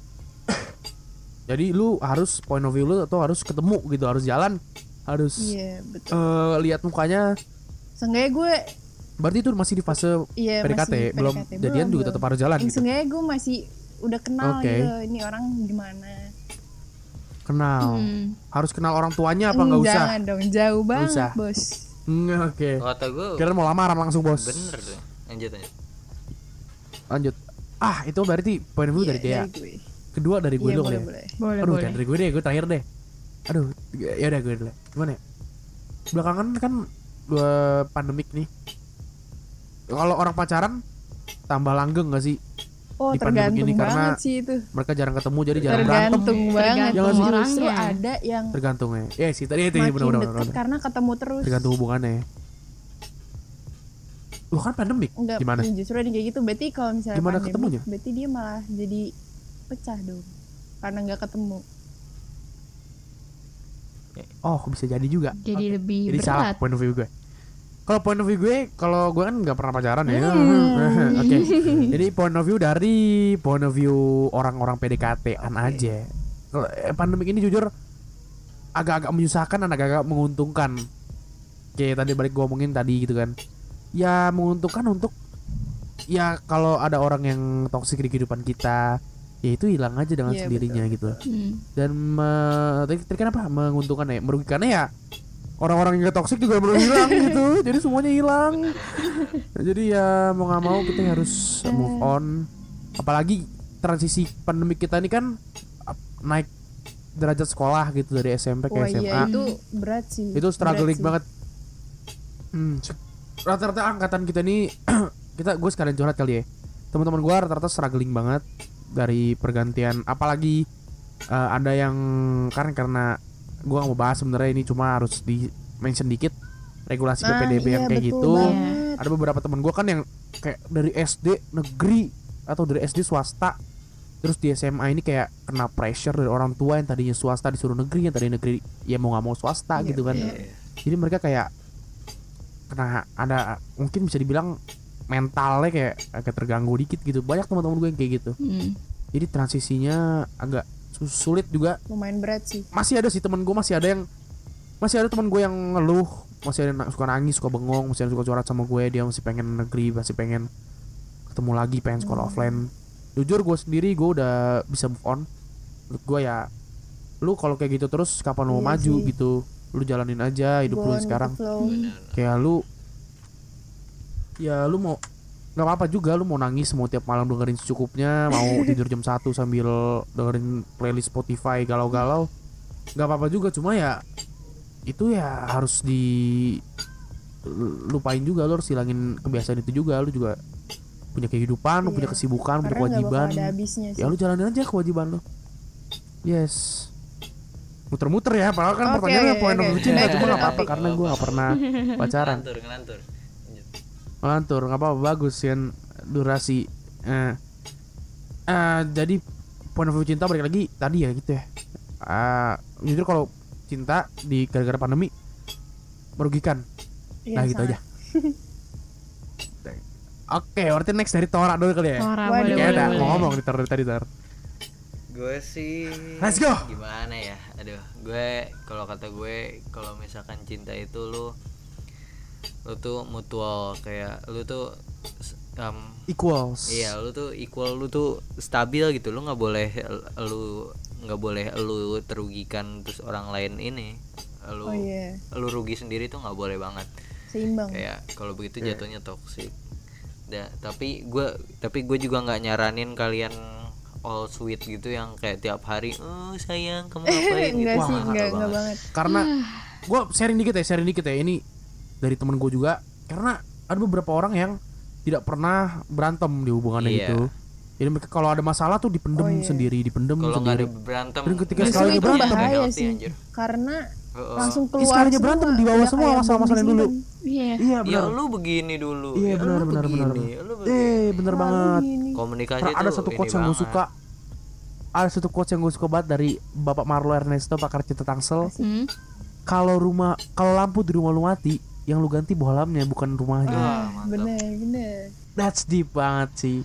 Jadi lu harus point of view lu atau harus ketemu gitu, harus jalan, harus Iya betul. eh, lihat mukanya. Seenggaknya gue Berarti itu masih di fase iya P D K T, masih belum P D K T, jadian juga belum. tetap harus jalan Yang gitu. seenggaknya gue masih udah kenal Oke. gitu ini orang gimana. Kenal. Hmm. Harus kenal orang tuanya apa nggak Hmm, usah? Jangan dong jauh banget usah. bos. Hmm, Oke. Kata gue Kira mau lamaran langsung bos. bener tuh. Lanjut aja. Lanjut. Ah itu berarti point of view Iya, dari dia. dari gue. Kedua dari gue Iya dong boleh ya. boleh. Boleh, Aduh boleh. jangan dari gue deh, gue terakhir deh. Aduh, ya udah gue dulu. Gimana ya? Belakangan kan dua pandemik nih. Kalau orang pacaran tambah langgeng gak sih? Oh Di pandemi tergantung ini karena banget sih itu. Mereka jarang ketemu jadi jarang berantem. Tergantung banget. Tergantung Jangan sih. Justru orangnya. ada yang Tergantung ya. Ya sih tadi itu ya makin benar-benar. deket karena ketemu terus. Tergantung hubungannya. Lu kan pandemik. Enggak, Gimana? justru ada yang kayak gitu. Berarti kalau misalnya Gimana pandemi, ketemunya? berarti dia malah jadi pecah dong. Karena nggak ketemu. Oh bisa jadi juga. Jadi Oke. lebih Jadi salah berat. point of view gue. Kalau point of view gue, kalau gue kan nggak pernah pacaran ya. Hmm. Oke. Jadi point of view dari point of view orang-orang P D K T-an aja. Kalau eh, pandemik ini jujur agak-agak menyusahkan dan agak-agak menguntungkan. Kayak tadi balik gue omongin tadi gitu kan. Ya menguntungkan untuk ya kalau ada orang yang toksik di kehidupan kita, ya itu hilang aja dengan Iya, sendirinya betul, gitu. Hmm. Dan me- tadi tadi kan apa menguntungkan ya, merugikannya ya orang-orang yang gak toksik juga belum hilang gitu, jadi semuanya hilang. Jadi ya mau nggak mau kita harus move on. Apalagi transisi pandemi kita ini kan up- naik derajat sekolah gitu dari S M P ke Wah S M A. iya itu berat sih. Itu struggling Berat banget. Hmm, se- rata-rata angkatan kita ini kita gue sekalian curhat kali ya. Teman-teman gue rata-rata struggling banget dari pergantian, apalagi eh, ada yang kan karena gue gak mau bahas sebenarnya, ini cuma harus di mention dikit regulasi sih. P P D B Nah, yang iya, kayak betul gitu. banget. Ada beberapa teman gue kan yang kayak dari S D negeri atau dari S D swasta Terus di S M A ini kayak kena pressure dari orang tua yang tadinya swasta disuruh negeri, yang tadinya negeri ya mau nggak mau swasta Iya, gitu kan. Jadi mereka kayak kena ada mungkin bisa dibilang mentalnya kayak agak terganggu dikit gitu. Banyak teman-teman gue yang kayak gitu. Hmm. Jadi transisinya agak su- sulit juga. Lumayan berat sih. Masih ada sih teman gue, masih ada yang masih ada teman gue yang ngeluh, masih ada yang na- suka nangis, suka bengong, masih ada yang suka curhat sama gue, dia masih pengen negeri, masih pengen ketemu lagi, pengen sekolah offline. Jujur gue sendiri gue udah bisa move on. Menurut gue ya, lu kalau kayak gitu terus kapan lu mau Iya maju sih. gitu. Lu jalanin aja hidup Go lu on with sekarang. the flow. Kayak lu, ya lu mau nggak apa-apa juga, lu mau nangis, mau tiap malam dengerin secukupnya, mau tidur jam satu sambil dengerin playlist Spotify galau-galau, nggak apa-apa juga. Cuma ya itu ya harus di lupain juga, lu harus hilangin kebiasaan itu juga. Lu juga punya kehidupan, lu Iya. punya kesibukan, punya Karena nggak kewajiban. bakal ada habisnya sih. Ya lu jalanin aja kewajiban lu. Yes. Muter-muter ya, padahal kan Oke, pertanyaannya oke, point of oke. view cinta, Back to cuma the nggak apa-apa topic. karena gue nggak pernah pacaran. Ngelantur, ngelantur. Lanjut. Melantur nggak apa-apa, bagus kan durasi. Eh, eh, jadi point of view cinta balik lagi tadi ya gitu ya. Eh, jujur kalau cinta di gara-gara pandemi merugikan. Iya, Nah gitu sangat. aja. Oke, berarti next dari Tora dulu kali ya. Tora Waduh. boleh Kayak boleh ada boleh. mau ngomong di Tora dari tadi Tor. Gue sih Let's go. gimana ya, aduh gue kalau kata gue kalau misalkan cinta itu lu lu tuh mutual, kayak lu tuh um, Equals. iya lu tuh equal, lu tuh stabil gitu. Lu nggak boleh lu nggak boleh lu terugikan terus orang lain ini, lu Oh iya, lu rugi sendiri tuh nggak boleh banget. seimbang. Kayak kalau begitu jatuhnya toxic. Da, tapi gue tapi gue juga nggak nyaranin kalian all sweet gitu yang kayak tiap hari oh sayang kamu ngapain gitu. Enggak Wah, sih, Nggak enggak, banget. enggak banget. Karena gue sharing dikit ya, sharing dikit ya. Ini dari temen gue juga. Karena ada beberapa orang yang tidak pernah berantem di hubungannya Iya. gitu. Jadi mereka kalau ada masalah tuh dipendem Oh, iya. sendiri, dipendem Kalau nggak ada sendiri. berantem Dan ketika nggak sekali ada itu berantem, nggak bahaya healthy, sih. anjir. Karena Heeh. langsung Ih, keluar sekalinya berantem, semua, dibawa udah semua kayak masalah-masalah yang bom dulu. disimpan. Iya. Iya Ya benar. lu begini dulu. Iya Ya, benar lu benar benar. begini, benar. lu begini. Eh bener Wah, banget. lu gini. Komunikasi Karena tuh ada satu ini quotes yang gue banget. suka. Ada satu quotes yang gue suka banget dari Bapak Marlo Ernesto, pakar cinta Tangsel. Hmm. Kalau rumah, kalau lampu di rumah lu mati, yang lu ganti bohlamnya bukan rumahnya. Ah, mantap. Bener, bener. That's deep banget sih.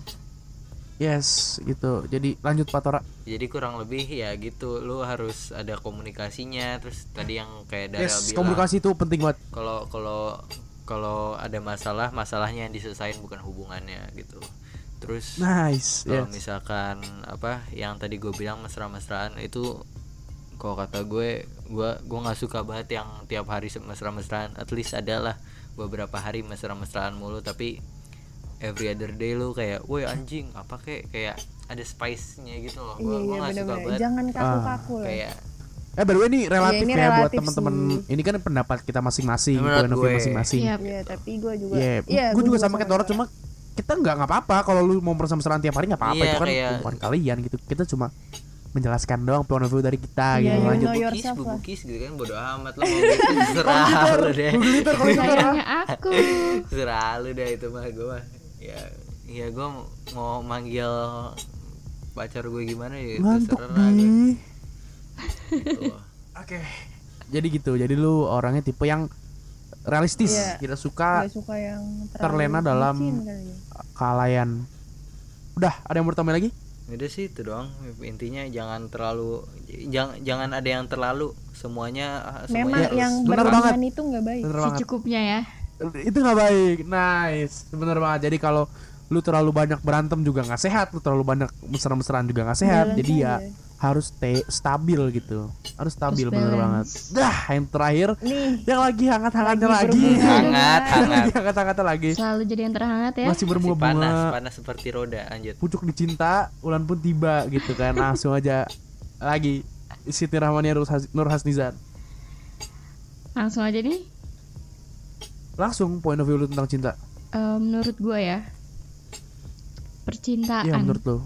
Yes, gitu. Jadi lanjut Pak Tora. Jadi kurang lebih ya gitu, lu harus ada komunikasinya. Terus tadi yang kayak Dara Yes, bilang, komunikasi itu penting banget. kalau kalau kalau ada masalah, masalahnya yang diselesain bukan hubungannya gitu. Terus Nice. kalau Yes. misalkan apa yang tadi gue bilang mesra-mesraan itu, kalau kata gue gue gue nggak suka banget yang tiap hari mesra-mesraan. At least adalah beberapa hari mesra-mesraan mulu, tapi every other day lu kayak woi anjing apa kayak kayak ada spice-nya gitu loh. Iya, Gue iya, gue nggak suka bener-bener. banget Jangan kaku-kaku lah. kayak Eh by the way ini relatif ini ya buat relatif teman-teman. sih. Ini kan pendapat kita masing-masing, Menurut point of view gue. masing-masing. Iya. Iya, tapi gue juga. Iya, Iya, gue juga sama kayak Tora, juga. cuma kita nggak nggak apa-apa kalau lu mau bersama-sama tiap hari nggak apa-apa, Iya, itu kan kayak- hubungan kalian gitu. Kita cuma menjelaskan doang point of view dari kita Iya, gitu. you Lanjut. know bubukis yourself lah. bubukis gitu kan bodo amat lo mau gitu serah lu deh Sayangnya aku. serah lu deh itu mah gue mah ya ya gue mau manggil pacar gue gimana ya Ngantuk terserah gue nih. gitu. Oke. Jadi gitu. Jadi lu orangnya tipe yang realistis, Iya. tidak suka Gak suka yang terlalu terlena dalam bucin kali ya. kealayan. Udah, ada yang mau bertambah lagi? Udah sih itu doang intinya, jangan terlalu jangan jangan ada yang terlalu, semuanya semuanya Memang harus yang bener berlebihan banget. itu nggak baik. Bener banget. Secukupnya ya. Itu nggak baik. Nice, bener banget. Jadi kalau lu terlalu banyak berantem juga nggak sehat, lu terlalu banyak mesra-mesraan juga nggak sehat. Balance Jadi ya aja. harus stay stabil gitu, harus stabil, Harus bener banget. balance. Dah, yang terakhir, Nih, yang lagi hangat-hangatnya Lagi lagi, berbunga. hangat hangat lagi hangat-hangatnya lagi, Selalu jadi yang terhangat ya. masih masih berbunga-bunga. panas panas seperti roda. Lanjut. Pucuk dicinta, ulan pun tiba gitu kan. Langsung aja lagi Siti Rahmania Nur Has- Nur Hasnizan. Langsung aja nih. Langsung point of view lu tentang cinta. Eh, menurut gue ya, percintaan. Iya menurut lu.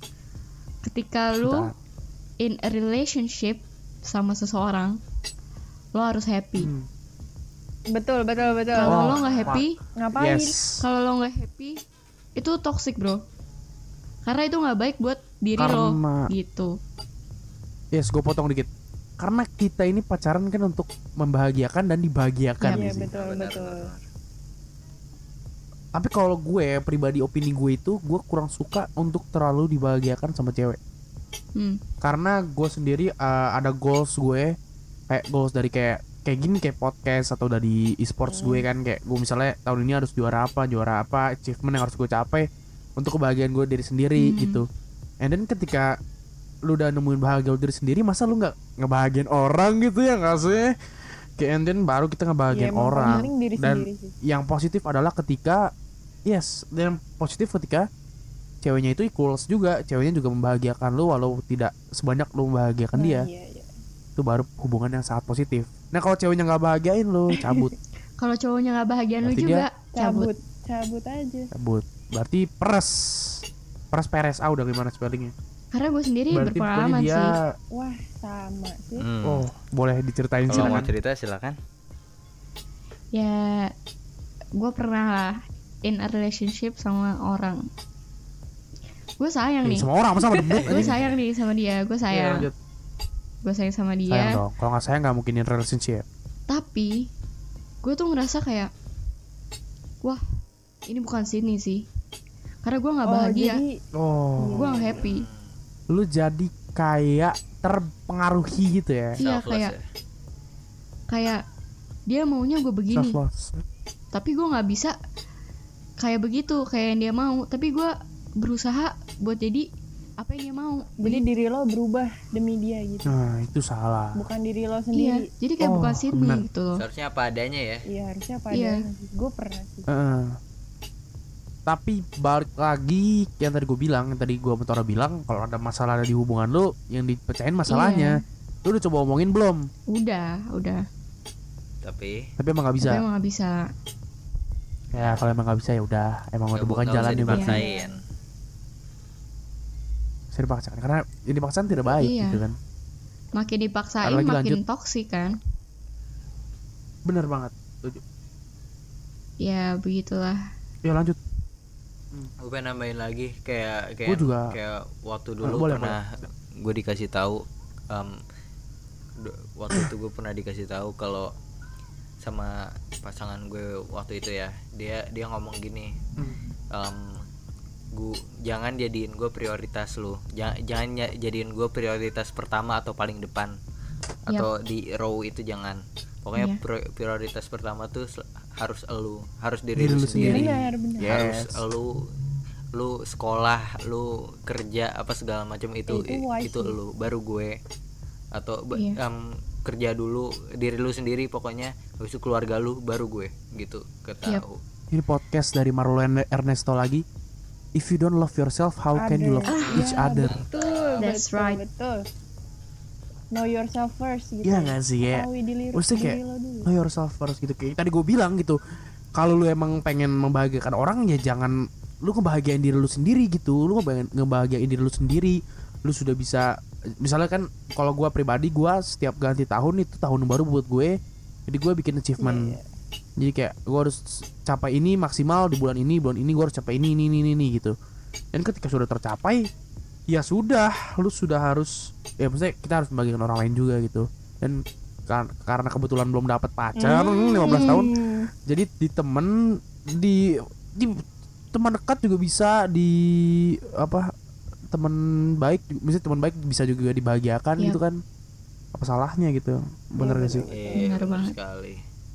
Ketika lu Cinta. in a relationship sama seseorang, lo harus happy. Hmm. betul betul betul. Kalau Oh, lo nggak happy, Ngapain? Yes. kalau lo nggak happy, itu toxic bro. Karena itu nggak baik buat diri lo Karena- gitu. Yes, gue potong dikit. Karena kita ini pacaran kan untuk membahagiakan dan dibahagiakan Iya sih. betul Benar, betul. benar. Tapi kalau gue pribadi opini gue itu gue kurang suka untuk terlalu dibahagiakan sama cewek. Hmm. Karena gue sendiri uh, ada goals gue kayak goals dari kayak kayak gini kayak podcast atau dari e-sports gue kan kayak gue misalnya tahun ini harus juara apa juara apa achievement yang harus gue capai untuk kebahagiaan gue diri sendiri Hmm. gitu. And then ketika lu udah nemuin bahagia lu diri sendiri masa lu nggak ngebahagiain orang gitu ya nggak sih? Kayak and then baru kita Iya, ngebahagiain emang orang. paling diri Dan sendiri sih. yang positif adalah ketika yes dan yang positif ketika ceweknya itu equals juga, ceweknya juga membahagiakan lu walau tidak sebanyak lu membahagiakan Nah, dia. iya, iya. Itu baru hubungan yang sangat positif. Nah kalau ceweknya nggak bahagiain lu cabut Kalau cowoknya nggak bahagian lu Berarti juga cabut. Cabut, cabut aja. cabut berarti peres peres peres ah udah gimana spellingnya Karena gue sendiri berarti pokoknya berpengalaman dia sih. Wah, sama sih. Hmm. oh boleh diceritain Kalau mau silakan. cerita silakan. Ya, gue pernah lah in a relationship sama orang. Gue sayang Nih, nih. sama orang masa sama demit Gue sayang nih sama dia. Gue Iya, sayang. lanjut. Gue sayang sama Sayang dia. dong kalau nggak sayang nggak mungkin in relationship. Tapi gue tuh ngerasa kayak, wah, ini bukan sini sih. Karena gue nggak Oh, bahagia. jadi Oh Gue nggak happy. lu jadi kayak terpengaruhi gitu ya. Iya, Selfless kayak ya. kayak dia maunya gue begini. Self-love. Tapi gue nggak bisa kayak begitu kayak yang dia mau. Tapi gue berusaha buat jadi apa yang dia mau. jadi diri lo berubah demi dia gitu. Nah itu salah. Bukan diri Iya, lo sendiri. jadi kayak Oh, bukan sini benar. gitu loh. Seharusnya apa adanya ya. Iya, harusnya apa Iya. adanya sih. Gue pernah sih. Heeh. Tapi balik lagi yang tadi gue bilang, yang tadi gue Mentora bilang kalau ada masalah di hubungan lu, yang dipecahin masalahnya. Lu udah coba omongin belum? Udah, udah. Tapi Tapi emang nggak bisa. Tapi emang gak bisa. Ya kalau emang nggak bisa ya udah, emang nggak udah bukan nggak usah jalan yang baik. dipaksain. Bisa dipaksakan karena ini dipaksakan tidak baik Iya. gitu kan. Makin dipaksain Ada lagi, makin lanjut. toksik kan. Bener banget. Setuju. Ya begitulah. Ya lanjut. Gue pengen nambahin lagi kayak kayak Gua juga. kayak waktu Ah, dulu boleh, pernah gue dikasih tahu em, du- waktu itu gue pernah dikasih tahu kalau sama pasangan gue waktu itu ya dia dia ngomong gini Hmm. em, gu jangan jadiin gue prioritas lu jangan jangan nya- jadiin gue prioritas pertama atau paling depan atau di row itu jangan pokoknya Iya. pri- prioritas pertama tuh sel- harus elu harus diri, Diri lu lu sendiri Benar, benar. harus Yes. lu lu sekolah lu kerja apa segala macam itu Itu wise itu sih. lu baru gue atau ba- Iya. em, kerja dulu diri lu sendiri pokoknya habis itu keluarga lu baru gue gitu ketahu Ini podcast dari Marlon Ernesto lagi. If you don't love yourself, how can you love Other. each Iya, other? Betul, That's betul, right. betul. Know yourself first gitu. Iya nggak sih ya? Ketahui diri, Maksudnya kayak diri lo dulu. know yourself first gitu. Kayak tadi gue bilang gitu. Kalau lu emang pengen membahagiakan orang ya jangan lu ngebahagiain diri lu sendiri gitu. Lu ngebahagiain, ngebahagiain diri lu sendiri. Lu sudah bisa misalnya kan kalau gue pribadi gue setiap ganti tahun itu tahun baru buat gue. Jadi gue bikin achievement. Iya, iya. Jadi kayak gue harus capai ini maksimal di bulan ini, bulan ini gue harus capai ini, ini, ini, ini gitu. Dan ketika sudah tercapai, ya sudah, lu sudah harus, ya maksudnya kita harus membagikan orang lain juga gitu. Dan kar- karena kebetulan belum dapat pacar, Hmm. lima belas tahun, jadi di temen, di, di teman dekat juga bisa, di apa teman baik, misalnya teman baik bisa juga dibahagiakan Yap. gitu kan. Apa salahnya gitu, bener gak sih? Iya, Benar benar banget. sekali.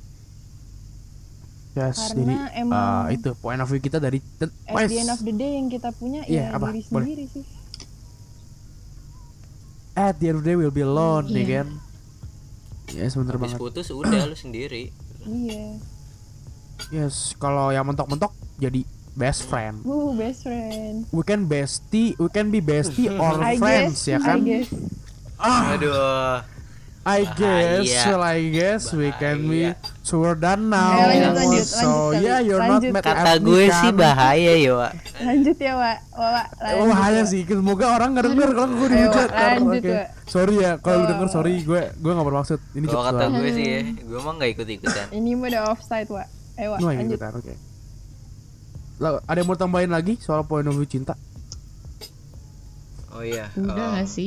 Yes, Karena jadi emang- uh, itu point of view kita dari At the end of the day yang kita punya Iya, ya apa? diri Boleh. sendiri sih. at the end of the day will be alone, Iya. ya kan? Yes, bener Habis banget. putus udah lu sendiri. Iya. Yes, kalau yang mentok-mentok jadi best friend. Uh, best friend. We can bestie, we can be bestie or I friends, guess, ya kan? I guess. Ah, Aduh. I guess, Bahaya. well, I guess we can be. Bahaya. So we're done now. Ayo, lanjut, lanjut, so lanjut, yeah, you're lanjut. not mad Kata at me, gue kan? sih bahaya ya, Wak. Lanjut ya, Wak. Wak, Wak, lanjut, Oh, bahaya Wak. sih. Semoga orang nggak denger kalau gue Ayo, dihujat. Wak, lanjut, Oke. Wak. Sorry ya, kalau lu Oh. denger sorry, gue gue nggak bermaksud. Ini Kalau jokes kata doang. gue sih ya, gue mah nggak ikut-ikutan. Ini mah udah offside, Wak. Ayo, Wak, Nggak yang lanjut. ikutan, oke. Lah, ada yang mau tambahin lagi soal point of view cinta? Oh iya. Udah em, nggak sih?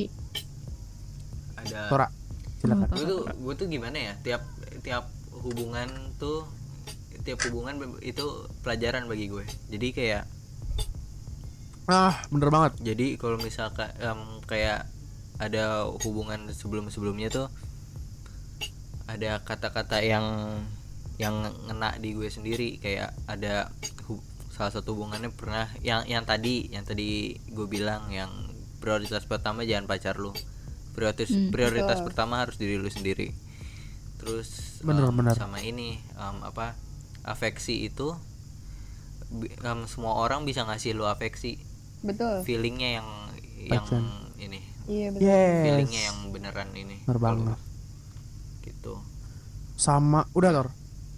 Ada. Tora, silakan. Apa? Gue tuh gue tuh gimana ya? Tiap tiap hubungan tuh tiap hubungan itu pelajaran bagi gue. Jadi kayak Ah, bener banget. jadi kalau misalkan em, kayak ada hubungan sebelum-sebelumnya tuh ada kata-kata yang yang ngena di gue sendiri, kayak ada hu- salah satu hubungannya pernah yang yang tadi yang tadi gue bilang yang prioritas pertama jangan pacar lu, prioritas Hmm. prioritas Betul. pertama harus diri lu sendiri. Terus Bener, em, bener. sama ini em, apa afeksi itu bi- em, semua orang bisa ngasih lu afeksi, Betul. feelingnya yang yang Pacan. ini Iya betul. feelingnya Yes. yang beneran ini. Bener banget. Gitu. Sama udah Tor.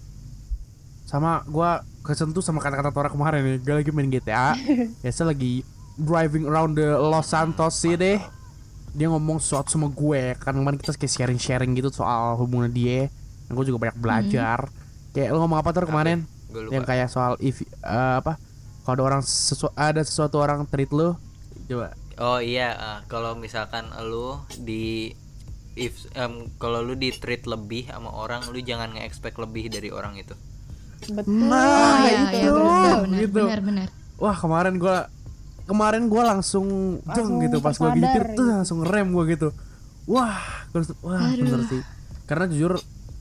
Sama gua kesentuh sama kata-kata Tora kemarin nih. Gue lagi main G T A. Biasa lagi driving around the Los Santos City. Dia ngomong sesuatu sama gue. Kan kemarin kita kayak sharing-sharing gitu soal hubungan dia. Dan gue juga banyak belajar. Kayak lo ngomong apa Tor kemarin? Gue Yang lupa. kayak soal if eh, apa? Kalau ada orang sesu- ada sesuatu orang treat lo, coba. Oh iya, ah, kalau misalkan lu di if em, kalau lu di treat lebih sama orang, lu jangan nge-expect lebih dari orang itu. Betul. Nah, iya, itu, iya, benar, benar, gitu. benar, benar. Wah kemarin gua kemarin gua langsung jeng Langsung gitu pas gua lagi tersadar nyetir tuh gitu. langsung ngerem gua gitu. Wah, gua langsung- wah Aduh. bener sih. Karena jujur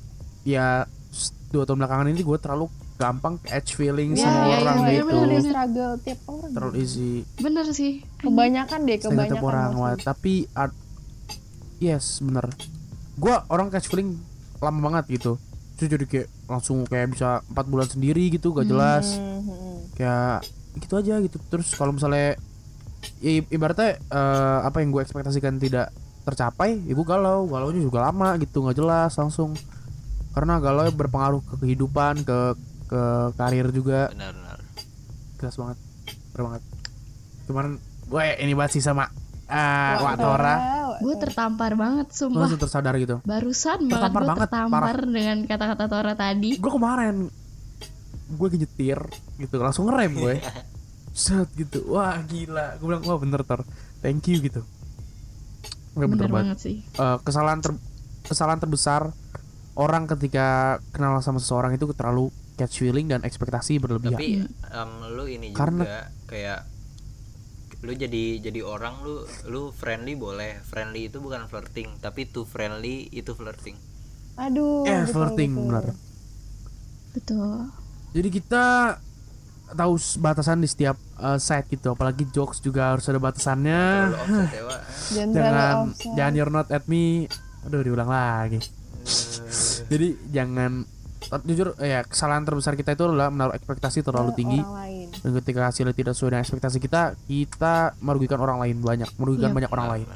ya s- dua tahun belakangan ini gua terlalu gampang catch feeling Ya, sama iya, orang iya, gitu. bener, Bener, bener. struggle tiap orang. Terlalu easy. Bener sih. Kebanyakan deh, Saya kebanyakan. tiap orang wah, mostly. tapi ad- yes bener. Gua orang catch feeling lama banget gitu. Terus jadi kayak langsung kayak bisa empat bulan sendiri gitu gak jelas. Hmm, hmm. Kayak gitu aja gitu. Terus kalau misalnya ya i- ibaratnya eh, apa yang gue ekspektasikan tidak tercapai, ya gue galau. Galaunya juga lama gitu, nggak jelas langsung. Karena galau berpengaruh ke kehidupan, ke ke karir juga. Benar-benar. Jelas banget, bener banget. Kemarin gue ini banget sih sama uh, Wah, Wak Tora. Gue tertampar banget, Gue sumpah. langsung tersadar gitu. Barusan banget Tertampar gue banget, tertampar dengan kata-kata Tora tadi. Gue kemarin gue nyetir gitu langsung ngerem gue. Set gitu. Wah gila. Gue bilang wah bener Tor. Thank you gitu. Gue bener, Bener banget. banget sih. Eh, kesalahan ter kesalahan terbesar orang ketika kenal sama seseorang itu terlalu catch feeling dan ekspektasi berlebihan. Tapi em, lu ini Karena- juga kayak lu jadi jadi orang lu lu friendly boleh. Friendly itu bukan flirting, tapi too friendly itu flirting. Aduh. Eh, betul, flirting, betul. benar. Betul. Jadi kita tahu s- batasan di setiap eh, set gitu. Apalagi jokes juga harus ada batasannya. Terlalu offset ya, Wak. Jangan terlalu Jangan offset. jangan you're not at me. Aduh diulang lagi. Jadi jangan jujur ya kesalahan terbesar kita itu adalah menaruh ekspektasi terlalu Ke tinggi. orang lain. Dan ketika hasilnya tidak sesuai dengan ekspektasi kita, kita merugikan orang lain banyak, merugikan Iya. banyak orang lain.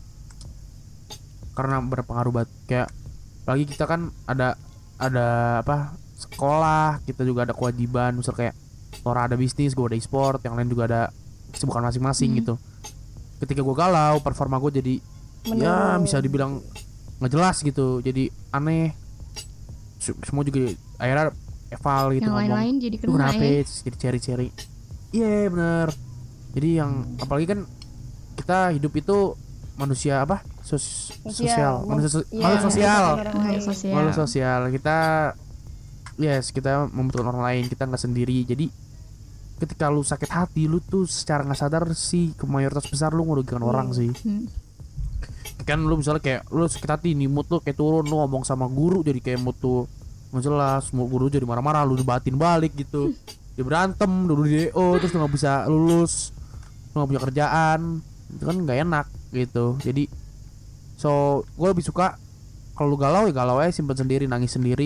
Karena berpengaruh banget. Kayak lagi kita kan ada ada apa sekolah, kita juga ada kewajiban. Misal kayak Tora ada bisnis, gue ada e-sport, yang lain juga ada kesibukan masing-masing Hmm. gitu. Ketika gue galau, performa gue jadi ya Menurun. bisa dibilang nggak jelas gitu, jadi aneh. Su- Semua juga akhirnya eval gitu Yang ngomong. lain-lain jadi Lu kena kenapa ya. ya? Terus jadi ceri-ceri. Iya bener. Jadi yang apalagi kan kita hidup itu manusia apa? Sos- sosial. Manusia so- Iya, makhluk sosial. membutuhkan orang Makhluk lain. sosial. Makhluk sosial. Kita yes, kita membutuhkan orang lain. Kita nggak sendiri. Jadi ketika lu sakit hati, lu tuh secara nggak sadar sih ke mayoritas besar lu merugikan orang sih. Hmm. Kan lu misalnya kayak lu sakit hati nih, mood lu kayak turun, lu ngomong sama guru jadi kayak mood tuh nggak jelas, mau guru jadi marah-marah, lu debatin balik gitu, dia berantem dulu di D O, terus lu nggak bisa lulus, lu nggak punya kerjaan, itu kan nggak enak gitu. Jadi so gue lebih suka kalau lu galau ya galau aja, simpen sendiri, nangis sendiri,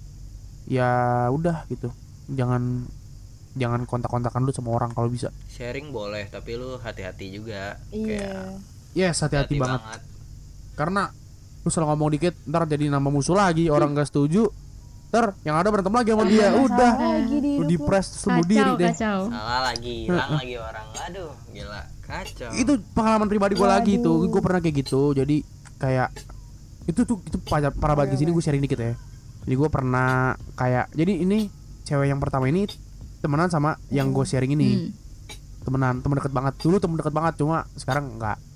ya udah gitu. Jangan jangan kontak-kontakan lu sama orang kalau bisa. Sharing boleh, tapi lu hati-hati juga. Iya. Yes, hati-hati Hati banget. banget. Karena lu salah ngomong dikit ntar jadi nama musuh lagi, orang gak setuju, ntar yang ada berantem lagi sama dia. Masalah Udah lagi di lu hidup lu. depres terus lu bunuh diri Kacau, deh. kacau. Salah lagi, hilang lagi orang. Aduh, gila, kacau. Itu pengalaman pribadi gue lagi itu, Waduh. gue pernah kayak gitu. Jadi kayak itu tuh itu parah, parah banget di sini, gue sharing dikit ya. Jadi gue pernah kayak, jadi ini cewek yang pertama ini temenan sama yang gue sharing ini. Hmm. Temenan, temen deket banget. Dulu temen deket banget, cuma sekarang enggak.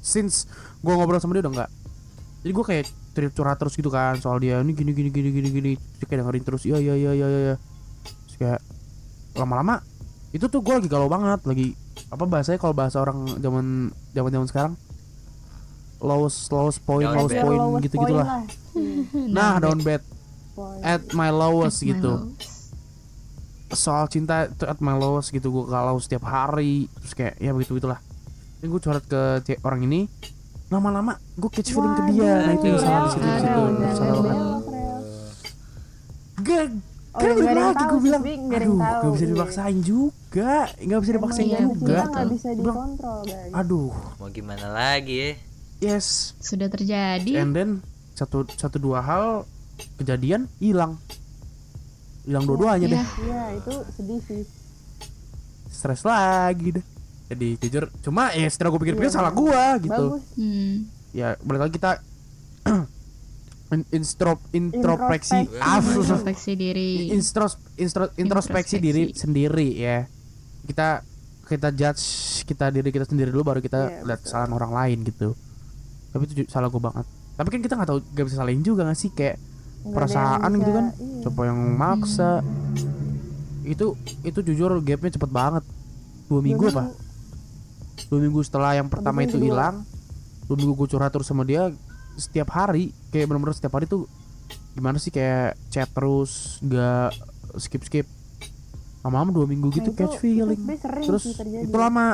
since gue ngobrol sama dia udah enggak. Jadi gue kayak cerita curhat terus gitu kan soal dia ini gini gini gini gini gini. Terus kayak dengerin terus iya iya iya iya iya. Terus kayak lama-lama itu tuh gue lagi galau banget, lagi apa bahasanya kalau bahasa orang zaman zaman zaman sekarang lowest lowest point Down lowest bad. point Lowest gitu point gitulah. lah. Nah down bad Point. at my lowest At my gitu. lowest. Soal cinta itu at my lowest gitu, gue galau setiap hari. Terus kayak ya begitu gitulah. Dan gue curhat ke cewek orang ini, lama-lama gue catch feeling ke dia. Nah itu yang salah di situ di situ Aduh. Itu salah banget. Belok, Rel. Gak, Oh, kan ya, balik nggak ada yang lagi tahu gue sih, bilang, Bi, nggak ada yang aduh tahu, gak bisa iya. dipaksain juga, gak bisa dipaksain Iya, juga. betul. Nggak bisa Gua bilang, dikontrol guys. aduh, Mau gimana lagi ya? yes. Sudah terjadi. And then satu satu dua hal kejadian hilang, hilang dua-duanya deh. Ya, Iya itu sedih sih. Stres lagi deh. Jadi jujur, cuma ya setelah gue pikir-pikir Iya, salah gue gitu. Bagus. hmm. Ya balik lagi kita in- instrop introspeksi Introspeksi. ah, Introspeksi diri. instros instro, introspeksi Introspeksi. diri sendiri ya. Kita kita judge kita diri kita sendiri dulu baru kita Iya, lihat betul. kesalahan orang lain gitu. Tapi itu ju- salah gue banget. Tapi kan kita nggak tahu, gak bisa salahin juga nggak sih, kayak Nggak ada perasaan yang gitu bisa- kan. iya. Siapa yang maksa? Itu itu jujur gapnya cepet banget. Dua minggu apa? Dua minggu setelah yang pertama Habis itu minggu hilang, dua minggu gue curhat terus sama dia setiap hari, kayak bener-bener setiap hari tuh gimana sih, kayak chat terus, nggak skip skip. Lama-lama dua minggu Nah, gitu itu- catch itu feeling. sebenarnya sering Terus sih terjadi. itu lama,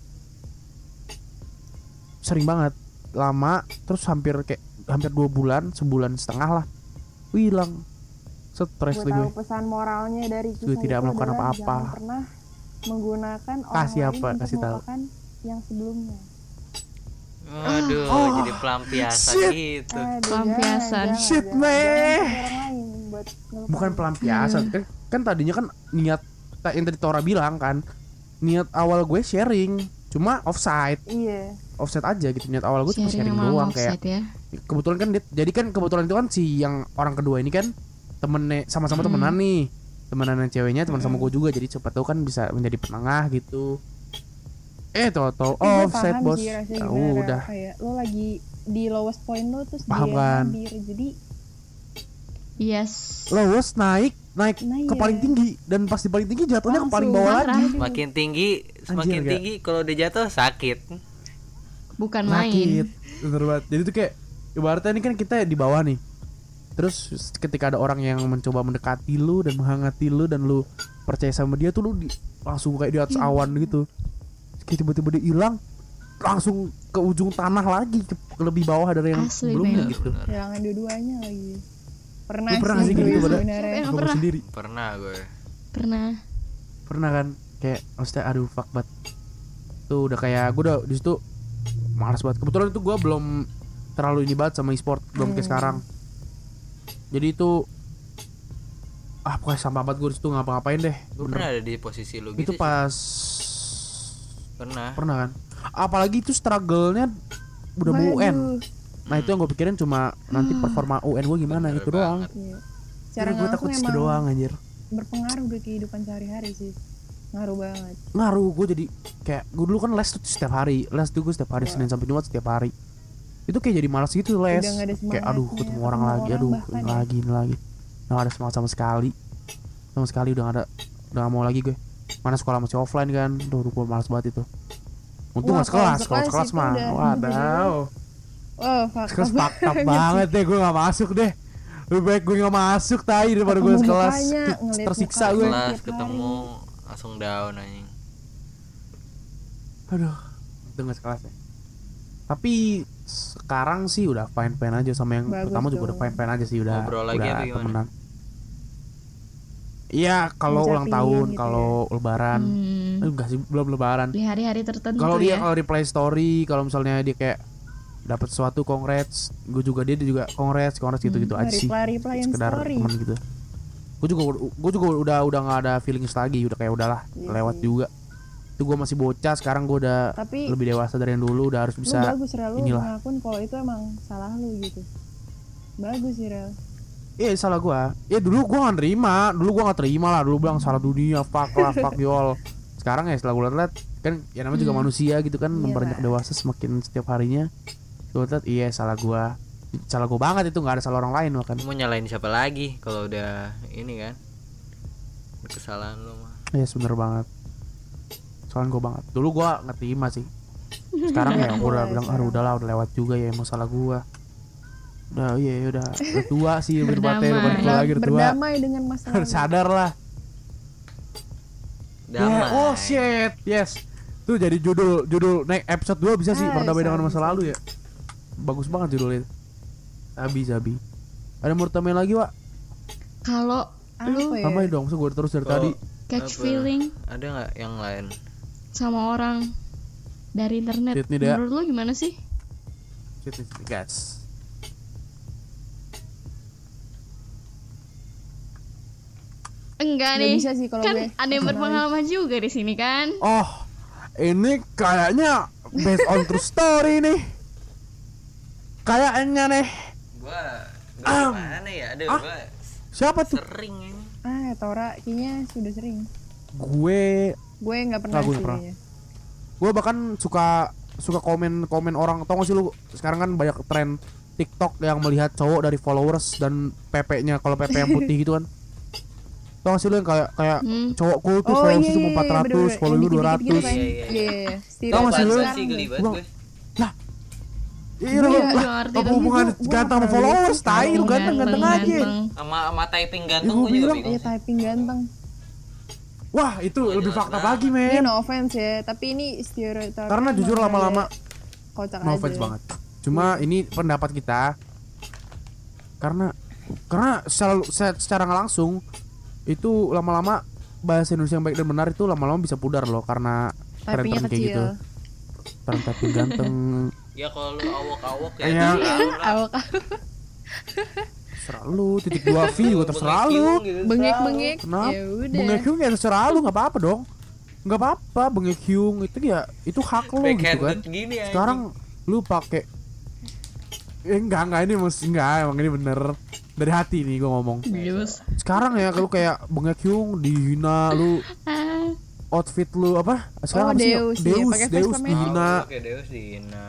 sering banget, lama. Terus hampir kayak hampir dua bulan, sebulan setengah lah, hilang. Stres Gue lagi tahu gue. pesan moralnya dari kisah Gue tidak itu melakukan adalah apa-apa. jangan pernah menggunakan orang Kasih lain apa? untuk Kasih tahu. melupakan yang sebelumnya. Waduh, Oh, jadi pelampiasan shit. gitu. Aduh, Pelampiasan. jangan, Shit, jangan, meh. jangan pakai orang lain buat ngelupain. Bukan pelampiasan kan, kan tadinya kan niat kayak yang tadi Tora bilang kan, niat awal gue sharing, cuma offside Iya. offset aja gitu. Niat awal gue cuma sharing Sharing sama doang, kayak offset ya. kebetulan kan dia, jadi kan kebetulan itu kan si yang orang kedua ini kan temennya sama-sama Hmm. temenan nih, temenan yang ceweknya teman sama gue juga, jadi siapa tahu kan bisa menjadi penengah gitu. Eh toto Tapi gue offset paham bos. sih rasanya Ya gimana, udah. kayak lo lagi di lowest point lo terus Paham dia kan? hampir, jadi Yes. Lowest naik naik Nah, ke iya. paling tinggi, dan pas di paling tinggi jatuhnya ke paling Langsung bawah parah. lagi. Makin tinggi, semakin Anjir, tinggi kalau udah jatuh sakit. Bukan Sakit, main. bener banget. Jadi tuh kayak ibaratnya ini kan kita di bawah nih. Terus ketika ada orang yang mencoba mendekati lu dan menghangati lu dan lu percaya sama dia tuh, lu di, langsung kayak di atas awan gitu. Kayak tiba-tiba dia hilang, langsung ke ujung tanah lagi, ke, ke lebih bawah dari yang Asli, sebelumnya men. gitu. kehilangan dua-duanya lagi. Pernah, Lu pernah sih kayak gue gitu, pada- sebenarnya. Siapa yang Gua pernah? sendiri Pernah gue. Pernah. pernah kan, kayak maksudnya aduh fuck banget. Tuh udah kayak gue udah di situ malas banget. Kebetulan itu gue belum terlalu ini banget sama e-sport, belum kayak Hmm. sekarang. Jadi itu ah pokoknya sampah banget gue di situ, ngapa-ngapain deh. Gue Bener. pernah ada di posisi lu gitu. Itu sih. pas Pernah. pernah kan. Apalagi itu struggle-nya udah mau U N. Waduh. Nah itu yang gue pikirin cuma nanti performa U N gue gimana, Bener itu doang. banget. Iya. Jadi Secara gue nggak takut langsung itu emang doang anjir. berpengaruh ke kehidupan sehari-hari sih. Ngaruh banget. Ngaruh gue jadi kayak gue dulu kan les tuh setiap hari. Les tuh gue setiap hari, Iya. Senin sampai Jumat setiap hari. Itu kayak jadi malas gitu les. Udah nggak ada Kayak aduh semangatnya, ketemu ketemu orang lagi, orang aduh bahkan ini ya. lagi ini lagi. Nggak ada semangat sama sekali. Sama sekali udah gak ada, udah gak mau lagi gue. Mana sekolah masih offline kan. Duh gue malas banget itu. Untung Wah, gak sekelas, kalau kalau sekelas sekelas itu mah udah wadaw. Oh, fuck. Sekelas fucked up banget deh, gue gak masuk deh. Lebih baik gue gak masuk tai daripada gue Ketemu sekelas. mukanya, Ter- ngeliat Tersiksa mukanya. gue. Kelas Tiap ketemu langsung down anjing. Aduh, itu gak sekelas ya. Tapi sekarang sih udah fine-fine aja, sama yang Bagus pertama juga dong. udah fine-fine aja sih, udah Ngobrol lagi udah apa gimana? temenan. Iya, kalau ulang Ngucapin tahun, gitu kalau lebaran. Hmm. Eh, enggak sih, belum lebaran. Di hari-hari tertentu Kalau dia ya. kalau reply story, kalau misalnya dia kayak dapat sesuatu congrats, gue juga dia, dia juga congrats, congrats gitu-gitu aja sih. Reply-replyan Sekedar story. temen gitu. Gue juga gue juga udah udah nggak ada feelings lagi, udah kayak udahlah, Iya lewat sih. juga. Itu gue masih bocah, sekarang gue udah Tapi lebih dewasa dari yang dulu, udah harus lu bisa. bagus Rel, lu inilah. ngakuin kalau itu emang salah lu gitu. Bagus sih Rel. Iya salah gue. Ya dulu gue nggak nerima, dulu gue nggak terima lah, dulu bilang salah dunia, fuck lah, fuck you all. sekarang ya setelah gue lihat kan ya namanya juga Hmm. manusia gitu kan, Iya beranjak lah. dewasa semakin setiap harinya. Gue lihat iya salah gue, salah gue banget itu, nggak ada salah orang lain bahkan. Lu mau nyalain siapa lagi kalau udah ini kan kesalahan lu mah. Iya yes, bener banget. Soalnya gue banget. Dulu gue nggak terima sih. Sekarang ya gue udah Boleh, bilang, aduh sekarang. udahlah udah lewat juga ya emang salah gue. Udah iya ya udah udah tua sih berdebatnya Berdamai. balik Berdam- lagi udah tua. berdamai dengan masa lalu. Harus sadar lah. Damai. Yeah, oh shit, yes. Tuh jadi judul judul naik episode dua bisa sih Ah, berdamai dengan bisa, masa bisa. lalu ya. Bagus banget judulnya. Sabi sabi. Ada mau tambahin lagi, Wak? Kalau lu Apa ya? Tambahin dong, so gue terus dari Kalau- tadi. catch Apa? feeling Ada nggak yang lain? sama orang dari internet, Shit nih, Dea. menurut lu gimana sih? Shit, shit, shit, guys. Enggak Nggak nih. bisa sih kalau Kan gue. ada yang berpengalaman juga di sini kan? Oh, ini kayaknya based on true story nih. Kayaknya nih. Gua Am. gimana ya? Aduh, Ah. gua Siapa tuh? sering ini. Ah, Tora kayaknya sudah sering. Gue Gue nggak pernah Nggak, gue sih. nggak pernah. kayaknya. gue bahkan suka suka komen komen orang. Tau gak sih lu sekarang kan banyak tren TikTok yang melihat cowok dari followers dan P P-nya, kalau P P yang putih gitu kan. Tau gak sih lu yang kayak kayak Hmm. cowokku tuh Oh followers iya, cuma iya, empat ratus, bener-bener. follow Yang lu dua dikit-dikit gitu ratus. kan. Iya, iya, Iya, iya. iya. Tau gak sih lu? Apaan sih geli banget Gua- gue. Iya, Gue lu nggak lah, ngerti apa tuh. hubungan Gua- gua ganteng sama nggak followers? pernah Tai lu Ganteng, ganteng-ganteng aja. ganteng. Sama sama typing Ya, gantung gua gue juga bilang, bingung. Iya, typing ganteng. Wah, itu Iya, lebih jelas fakta banget. lagi, Ini men. no offense ya, tapi ini stereotip. Karena jujur lama-lama kocak no aja. offense banget. Cuma ini pendapat kita. Karena karena secara, secara nggak langsung itu lama-lama bahasa Indonesia yang baik dan benar itu lama-lama bisa pudar loh karena Typingnya tren-tren kayak gitu. kecil. Tren typing ganteng. Ya kalau lu awok-awok ya. Iya. terserah lu lah. Awak Terserah lu, titik dua V juga terserah lu. Bengek gitu, bengek-bengek. Kenapa? Ya udah. Bengek Hyung ya terserah lu, nggak apa-apa dong. Nggak apa-apa, Bengek Hyung itu ya itu hak lu gitu kan. Backhanded gini ya. Sekarang lu pakai eh, enggak enggak ini mesti enggak emang ini bener dari hati nih gua ngomong. Bius. Sekarang ya lu kayak Bengek Hyung dihina lu, Ah, outfit lu apa? Sekarang Oh, apa sih? Deus, iya, Deus, pakai Deus Vespa dihina. Oke, Deus dihina.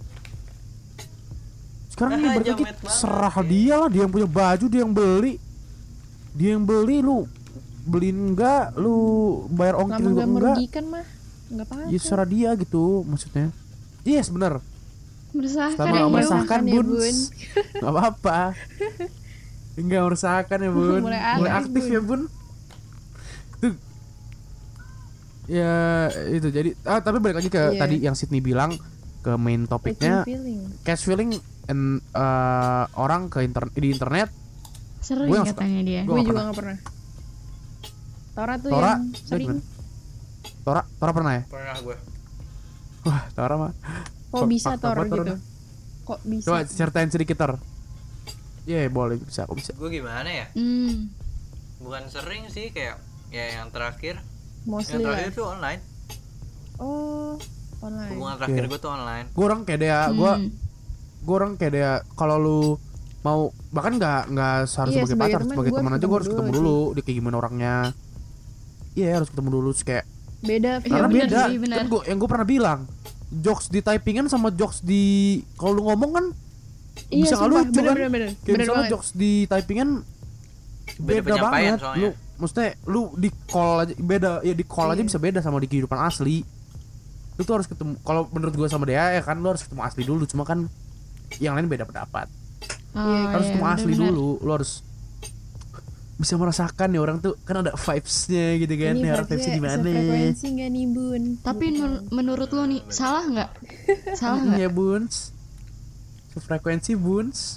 Sekarang Ah, ini berarti jamet banget, serah ya. dia lah, dia yang punya baju, dia yang beli. Dia yang beli, lu beliin enggak, lu bayar ongkir Lama juga nggak enggak. merugikan mah. Enggak apa-apa. Ya serah dia gitu maksudnya. Yes, bener. meresahkan Sama ya, Hyung. meresahkan, ya, Bun. Bun. Enggak apa-apa. Enggak meresahkan ya, Bun. Mulai Mulai aktif, aktif Bun. ya, Bun. Tuh. Ya, itu jadi ah, tapi balik lagi ke Iya. tadi yang Sydney bilang ke main topiknya Catching feeling. cash feeling and uh, orang ke internet di internet. Sering Gua yang suka. katanya dia. Gua Gue nggak juga pernah. nggak pernah. Tora tuh Tora, yang lu sering. gimana? Tora, Tora pernah ya? Pernah gue. Wah, Tora mah. Kok bisa Fakta Tor banget, Tora gitu? dah. Kok bisa? Coba ceritain sedikit Tor. Iya, boleh bisa, kok bisa. Gue gimana ya? Hmm. Bukan sering sih kayak ya yang terakhir. Mostly Yang lah. terakhir tuh online. Oh, online. Hubungan terakhir Iya. gue tuh online. Gue orang kayak dia, gue Hmm. gue orang kayak dia kalau lu mau bahkan nggak nggak harus Iya, sebagai sebagai pacar, teman, sebagai gua teman harus aja gue harus ketemu ketemu dulu dulu dia kayak gimana orangnya. Iya harus ketemu dulu terus kayak Beda Iya, karena bener beda sih, bener. kan gua, yang gue pernah bilang jokes di typingan sama jokes di kalau lu ngomong kan Iya, bisa nggak sumpah, lucu bener, kan bener, bener. kayak Bener misalnya banget. jokes di typingan Beda beda, penyampaian banget soalnya. lu maksudnya lu di call aja beda ya di call aja Iya. bisa beda sama di kehidupan asli. Lu tuh harus ketemu kalau menurut gue sama dia ya kan lu harus ketemu asli dulu cuma kan yang lain beda pendapat. Oh, Harus iya, ketemu asli bener-bener. dulu, lu harus bisa merasakan nih orang tuh kan ada vibes-nya gitu kan, Ini nih orang vibes-nya vibes-nya gimana. sefrekuensi nggak nih Bun? Tapi Gitu. nur- menurut lo nih salah nggak? Salah nggak? Iya buns, sefrekuensi buns.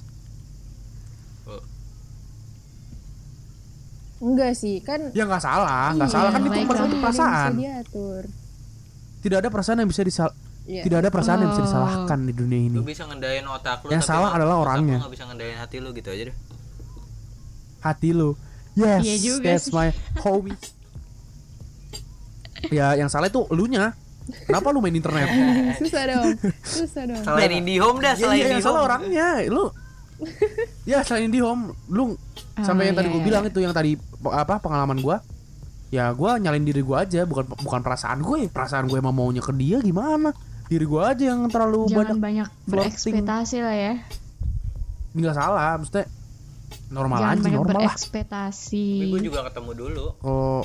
Enggak sih, kan Ya nggak salah, nggak Iya, salah kan itu baik perasaan lagi. itu perasaan. Bisa diatur. Tidak ada perasaan yang bisa disal, Iya. tidak ada perasaan yang bisa Oh. disalahkan di dunia ini. Lu bisa ngendain otak lu. Yang tapi salah otak adalah lu orangnya. nggak bisa ngendain hati lu gitu aja deh. Hati lu, yes, Iya juga that's sih. my homie. Ya yang salah itu elunya. Kenapa lu main internet? Susah dong. Susah dong. Selain IndiHome dah, Ya, selain iya, yang salah IndiHome. orangnya, lu. Ya selain di home, lu sampai Oh, yang tadi iya, gue iya, bilang iya. itu yang tadi apa pengalaman gua. ya gue nyalain diri gue aja, bukan bukan perasaan gue. Perasaan gue emang maunya ke dia gimana, diri gue aja yang terlalu Jangan banyak banyak flirting. berekspektasi lah ya. Nggak salah, maksudnya normal Jangan aja, banyak normal lah. berekspektasi. Tapi gue juga ketemu dulu. Kalau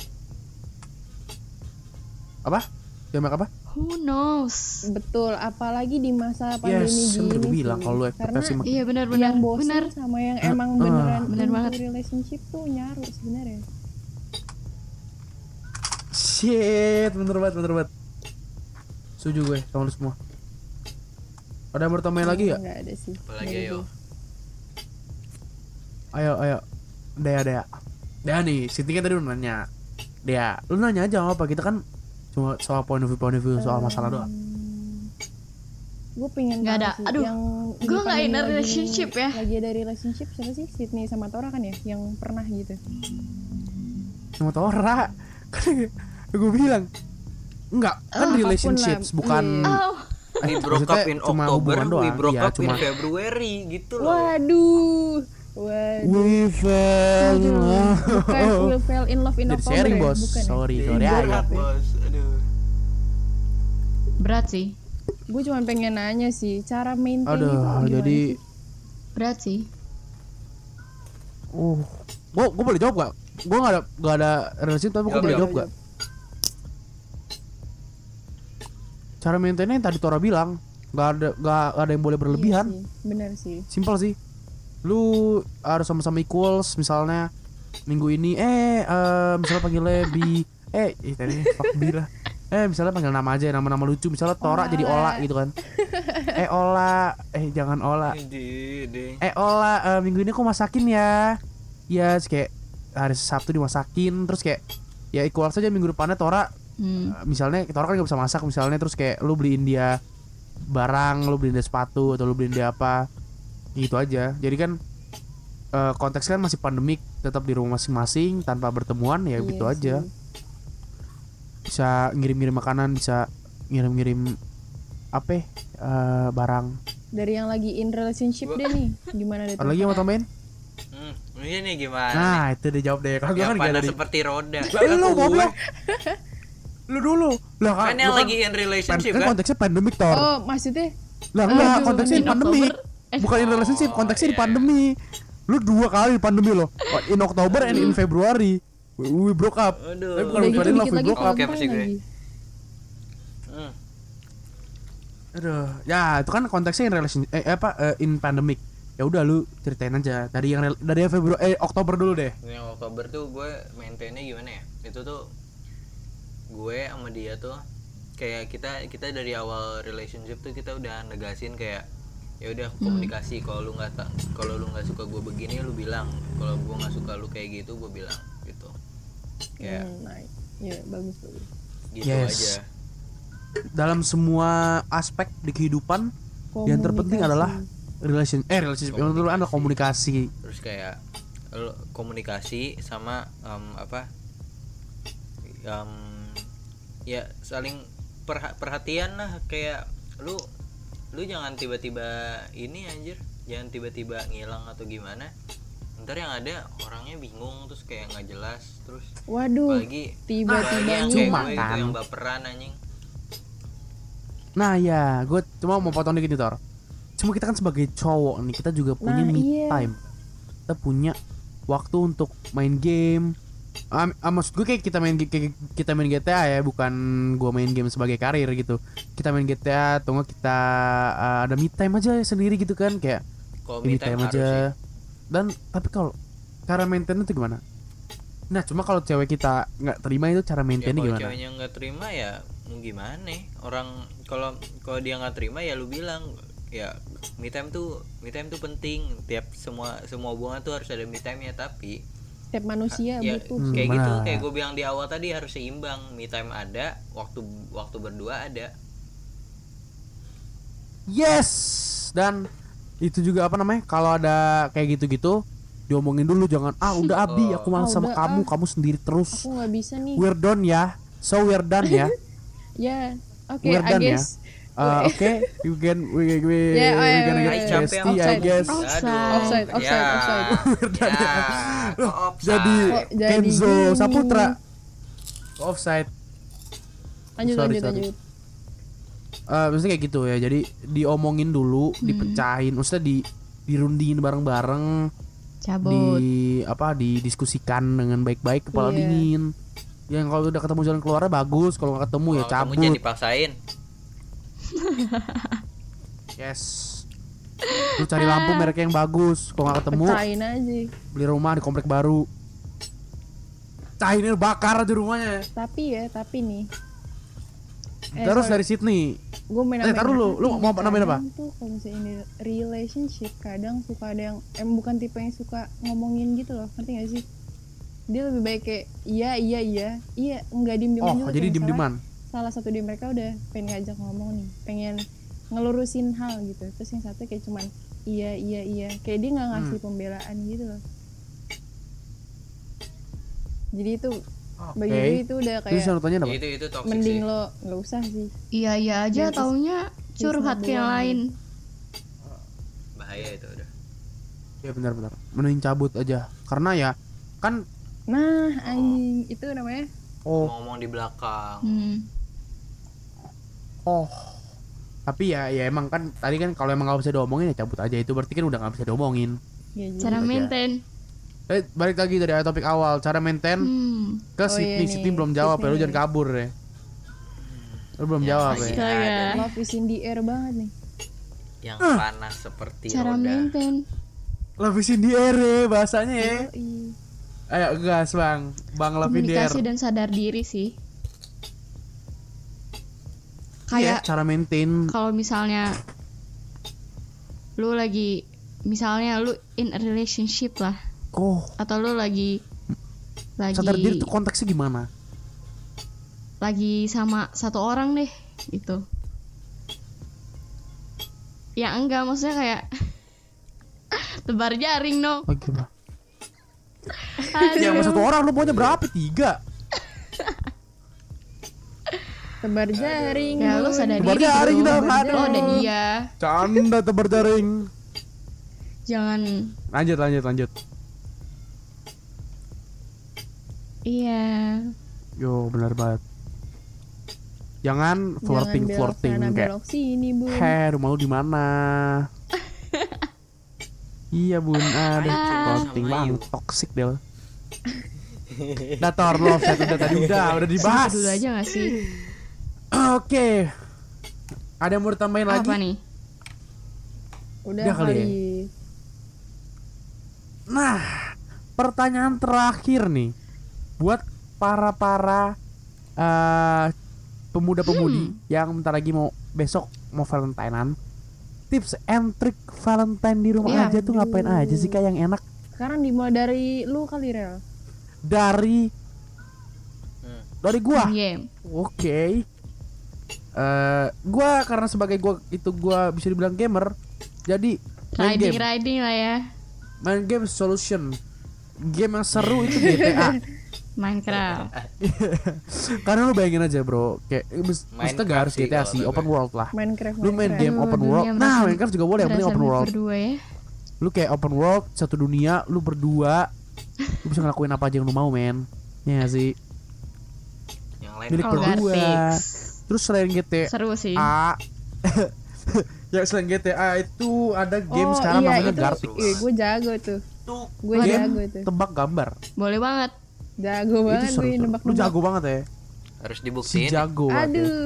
apa? Jangan banyak apa? Who knows? Betul, apalagi di masa pandemi Yes, kan gini gue sih. bilang kalau lu Karena ekspektasi mah. Iya benar-benar. yang bosen Benar. sama yang Uh, emang uh. beneran Bener into banget. relationship tuh nyaru sebenarnya. Shit, bener banget, bener banget. Setuju gue sama lu semua. Ada yang bertambahin lagi ya? Nggak ada sih. Apalagi dari ayo. gue. Ayo, ayo. Dea, Dea. Dea nih, Siti kan tadi udah nanya. Dea, lu nanya aja nggak apa, kita kan cuma soal point of view, point of view soal masalah doang. Gue pengen Nggak tahu ada. sih, Aduh, yang di gue nggak pandemi in a lagi- relationship ya. Lagi ada relationship siapa sih? Sydney sama Tora kan ya, yang pernah gitu. Sama Tora. Kan gue bilang enggak, kan Oh, relationships apapun lah. bukan Iya. Oh, We Eh, broke maksudnya up in cuma October, hubungan we doang. broke Iya, up cuma in February gitu loh. Waduh. Waduh. we fell in love. Bukan we fell in love in Jadi October sharing ya? bos. Bukan ya? Sorry, Iya, sorry. Ayo. berat, bos. Aduh. berat sih. Gue cuma pengen nanya sih, cara maintain itu Aduh, gimana jadi sih? Berat sih. uh, gua gua boleh jawab gak? Gua nggak ada nggak ada relationship tapi gua Jawab, boleh jawab. jawab gak? Cara maintainnya yang tadi Tora bilang, nggak ada nggak ada yang boleh berlebihan. Iya sih, bener sih. Simpel sih. Lu harus sama-sama equals, misalnya minggu ini eh eh, misalnya panggilnya bi eh ih tadi fuck bi lah. Eh misalnya panggil nama aja, nama-nama lucu, misalnya Tora jadi Ola gitu kan. Eh Ola, eh jangan Ola. Ide, ide. Eh Ola, eh, minggu ini aku masakin ya. Ya terus kayak hari Sabtu dimasakin, terus kayak ya equal saja minggu depannya Tora. Hmm. eh, Misalnya Tora kan gak bisa masak, misalnya terus kayak lu beliin dia barang, lu beliin dia sepatu atau lu beliin dia apa, gitu aja. Jadi kan eh, konteksnya kan masih pandemik, tetap di rumah masing-masing tanpa bertemuan ya Iya gitu sih. aja. Bisa ngirim-ngirim makanan, bisa ngirim-ngirim apa eh, barang. Dari yang lagi in relationship deh nih, gimana deh? Ada lagi yang mau tambahin? Hmm, ini nih gimana? Nah itu dijawab deh. Kalau gue Yang kan gak panas dari seperti roda. Lah, Kan lu gue. goblok. Lu dulu. Lah Kan yang lu lagi in pan- relationship kan kan? konteksnya pandemik Tor. Oh, maksudnya Lah enggak, aduh, konteksnya in di pandemi. Oktober. Eh. Bukan in relationship, Oh, konteksnya di iya. pandemi. Lu dua kali di pandemi loh. In Oktober and in February. We, we broke up. Aduh. Tapi bukan udah we gitu fell in love, dikit we lagi broke up. Oke, konten masih gue. lagi. Hmm. Aduh, ya itu kan konteksnya in relation eh apa eh, in pandemic. Ya udah lu ceritain aja dari yang rel- dari yang Februari eh Oktober dulu deh. Yang Oktober tuh gue maintainnya gimana ya? Itu tuh gue sama dia tuh kayak kita kita dari awal relationship tuh kita udah negasin kayak ya udah komunikasi. Kalau lu nggak ta- kalau lu nggak suka gue begini lu bilang, kalau gue nggak suka lu kayak gitu gue bilang gitu. Kayak Hmm, nice. Ya, bagus bagus. gitu Yes. aja. Dalam semua aspek di kehidupan yang terpenting Komunikasi. adalah relation eh relationship yang terpenting adalah komunikasi. Terus kayak lu komunikasi sama em, apa em, ya saling perha- perhatian lah, kayak lu lu jangan tiba-tiba ini anjir, jangan tiba-tiba ngilang atau gimana, ntar yang ada orangnya bingung terus kayak nggak jelas, terus Waduh, apalagi tiba-tiba apalagi yang kayak Cuma gue kan. gitu yang baperan anjing. Nah ya, gue cuma mau potong dikit nih Tor. Cuma kita kan sebagai cowok nih, kita juga punya Nah, me iya. time. Kita punya waktu untuk main game. Ah, ah, maksud gue kayak kita main gi- kayak kita main G T A ya, bukan gue main game sebagai karir gitu. Kita main G T A atau enggak kita ah, ada me time aja sendiri gitu kan, kayak Kalau me me time time harus sih. aja. Dan tapi kalau cara maintain itu gimana? Nah, cuma kalau cewek kita nggak terima itu cara Ya maintainnya kalau gimana? ceweknya nggak terima ya mau gimana? Orang kalau kalau dia nggak terima ya lu bilang ya me time tuh me time tuh penting, tiap semua semua hubungan tuh harus ada me time ya, tapi tiap manusia ya butuh. Hmm, kayak gitu, benar. kayak gue bilang di awal tadi harus seimbang, me time ada, waktu waktu berdua ada. Yes. Dan itu juga apa namanya? Kalau ada kayak gitu-gitu diomongin dulu, jangan ah udah Abi, Oh. aku malas Ah, sama udah, kamu, ah. kamu sendiri terus. Aku nggak bisa nih. We're done ya. So we're done ya. Ya, oke, We're I done ya. guess. Uh, Oke, you can we we Yeah, oh, we yeah, gonna yeah, get yeah. bestie, I Offside. guess. Offside. Offside, offside, ya. offside. Ya, kok offside? Jadi Kok jadi Kenzo gini? Saputra. Offside. Lanjut Sorry, lanjut sorry. lanjut. Eh maksudnya kayak gitu ya. Jadi diomongin dulu, Hmm. dipecahin, maksudnya di dirundingin bareng-bareng, Cabut. di apa didiskusikan dengan baik-baik, kepala Iya. dingin. Yang kalau udah ketemu jalan keluarnya bagus, kalau nggak ketemu ya Kalau kamu cabut. jangan dipaksain. Yes. Lu cari lampu merek yang bagus, kalau nggak ketemu Pecahin aja. beli rumah di komplek baru. Cahinnya bakar aja rumahnya. Tapi ya, tapi nih. Eh, Terus sorry. dari Sydney. Gue main Eh, tar dulu. Lu mau namain apa? Tuh kalau misalnya ini relationship kadang suka ada yang em bukan tipe yang suka ngomongin gitu loh, ngerti gak sih? Dia lebih baik kayak iya iya iya iya nggak diem diem Oh, jadi diem-dieman. Salah satu di mereka udah pengen ngajak ngomong nih, pengen ngelurusin hal gitu. Terus yang satu kayak cuman iya iya iya, kayak dia nggak ngasih Hmm. pembelaan gitu loh. Jadi itu Oke. bagi gue itu udah Terus kayak yang lu tanya apa? Itu itu toxic mending sih. lo nggak usah sih. Iya iya aja Biar taunya curhat ke yang doang. lain. Bahaya itu udah. Ya benar-benar. Mending cabut aja. Karena ya kan Nah anjing itu namanya oh Ngomong di belakang. Hmm. oh. Tapi ya ya emang kan tadi kan kalau emang nggak bisa diomongin ya cabut aja, itu berarti kan udah nggak bisa diomongin. ya, jadi- Cara aja. maintain. Eh balik lagi dari topik awal, cara maintain Hmm. ke Oh, Sydney. iya Sydney nih, belum jawab ya, lu Sydney. jangan kabur ya. Lu belum Ya, jawab masih ya. Astaga. ada Love is in the air banget nih. yang panas seperti Cara roda. maintain. Lapisin di ere bahasanya ya. Yoi. Ayo gas bang, bang lapin di Komunikasi air. dan sadar diri sih. Iya, Kayak cara maintain. kalau misalnya lu lagi misalnya lu in a relationship lah Oh, atau lu lagi lagi sadar diri tuh konteksnya gimana? lagi sama satu orang deh gitu. Ya enggak maksudnya kayak tebar jaring dong. Oh, gimana? Aduh. Ya sama satu orang lu maunya berapa? Tiga. Tebar jaring. Ya lu Bun. sadar Tebar diri jaring bro. dong, Oh aduh. ada dia. Canda tebar jaring. Jangan. Lanjut lanjut lanjut. Iya. Yo benar banget. Jangan flirting Jangan belok flirting sana, kayak belok sini bun. Heh, rumah lu di mana? Iya bun, aduh, Ah. flirting Sama banget, Ayu. toxic Del. Dator love set udah tadi udah udah dibahas. Dulu aja gak sih? Oke. Ada yang mau ditambahin lagi? Apa nih? Udah Udah kali kali. ya? Nah, pertanyaan terakhir nih buat para-para eh, pemuda-pemudi yang bentar lagi mau besok mau Valentinean. Tips and trick Valentine di rumah Iya. aja tuh ngapain aja sih kayak yang enak Sekarang dimulai dari lu kali Rel. dari Hmm. dari gua. Game. Oke. Eh, gua karena sebagai gua itu gua bisa dibilang gamer. Jadi main Riding game, riding lah ya. main game solution. Game yang seru itu G T A. Minecraft. Karena lu bayangin aja bro, kayak mas- maksudnya gak harus Minecraft sih G T A kalau sih, kata open gue. world lah. Minecraft. Lu main Minecraft. game Aduh, open dunia world. merasa- Nah, Minecraft juga boleh, yang penting Berasa open world. berdua ya. Lu kayak open world satu dunia, lu berdua, lu bisa ngelakuin apa aja yang lu mau, men. Ya gak sih? Yang lain Milik Oh, berdua. Gartix. Terus selain G T Seru sih. A ya selain G T A itu ada game Oh, sekarang iya, namanya itu, Gartic. Iya, gue jago tuh. tuh Gue Game jago tuh. tebak gambar. Boleh banget. Jago Itu banget seru gue tuh. nebak Lu jago banget ya. harus Si dibuktiin. jago banget ya. Aduh.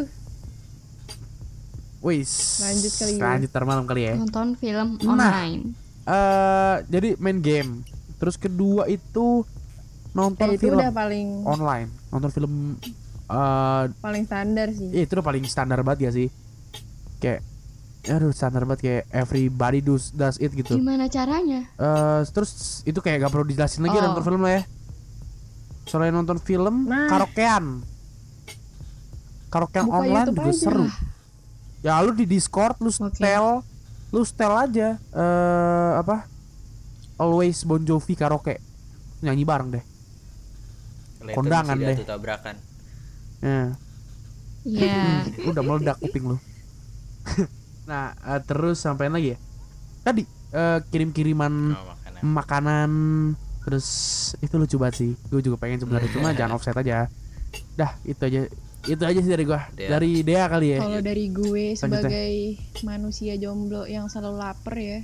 Wis. Lanjut kali ya. Lanjut ntar malam kali ya. Nonton film Nah. online. Eh jadi main game. Terus kedua itu nonton Eh, itu film udah paling online. Nonton film eh paling standar sih. ya itu udah paling standar banget ya sih. Kayak aduh standar banget kayak everybody does does it gitu. Gimana caranya? Eh terus itu kayak gak perlu dijelasin lagi Oh. nonton film lah ya. Selain nonton film, Nah. karaokean. Karaokean Buka online YouTube juga aja. seru. Ya lu di Discord lu Oke. setel, lu setel aja eh apa? Always Bon Jovi karaoke. Nyanyi bareng deh. Kalau itu kondangan mesti deh. jatuh tabrakan. Ya. Iya. Udah meledak kuping lu. Nah, eh, terus sampein lagi ya. Tadi eh, kirim-kiriman Oh, makanan. makanan, terus itu lucu banget sih. Gue juga pengen sebenarnya cuma jangan offset aja. Dah, itu aja. Itu aja sih dari gua. Dea. Dari Dea kali ya. Kalau dari gue Lanjut, sebagai manusia jomblo yang selalu lapar ya,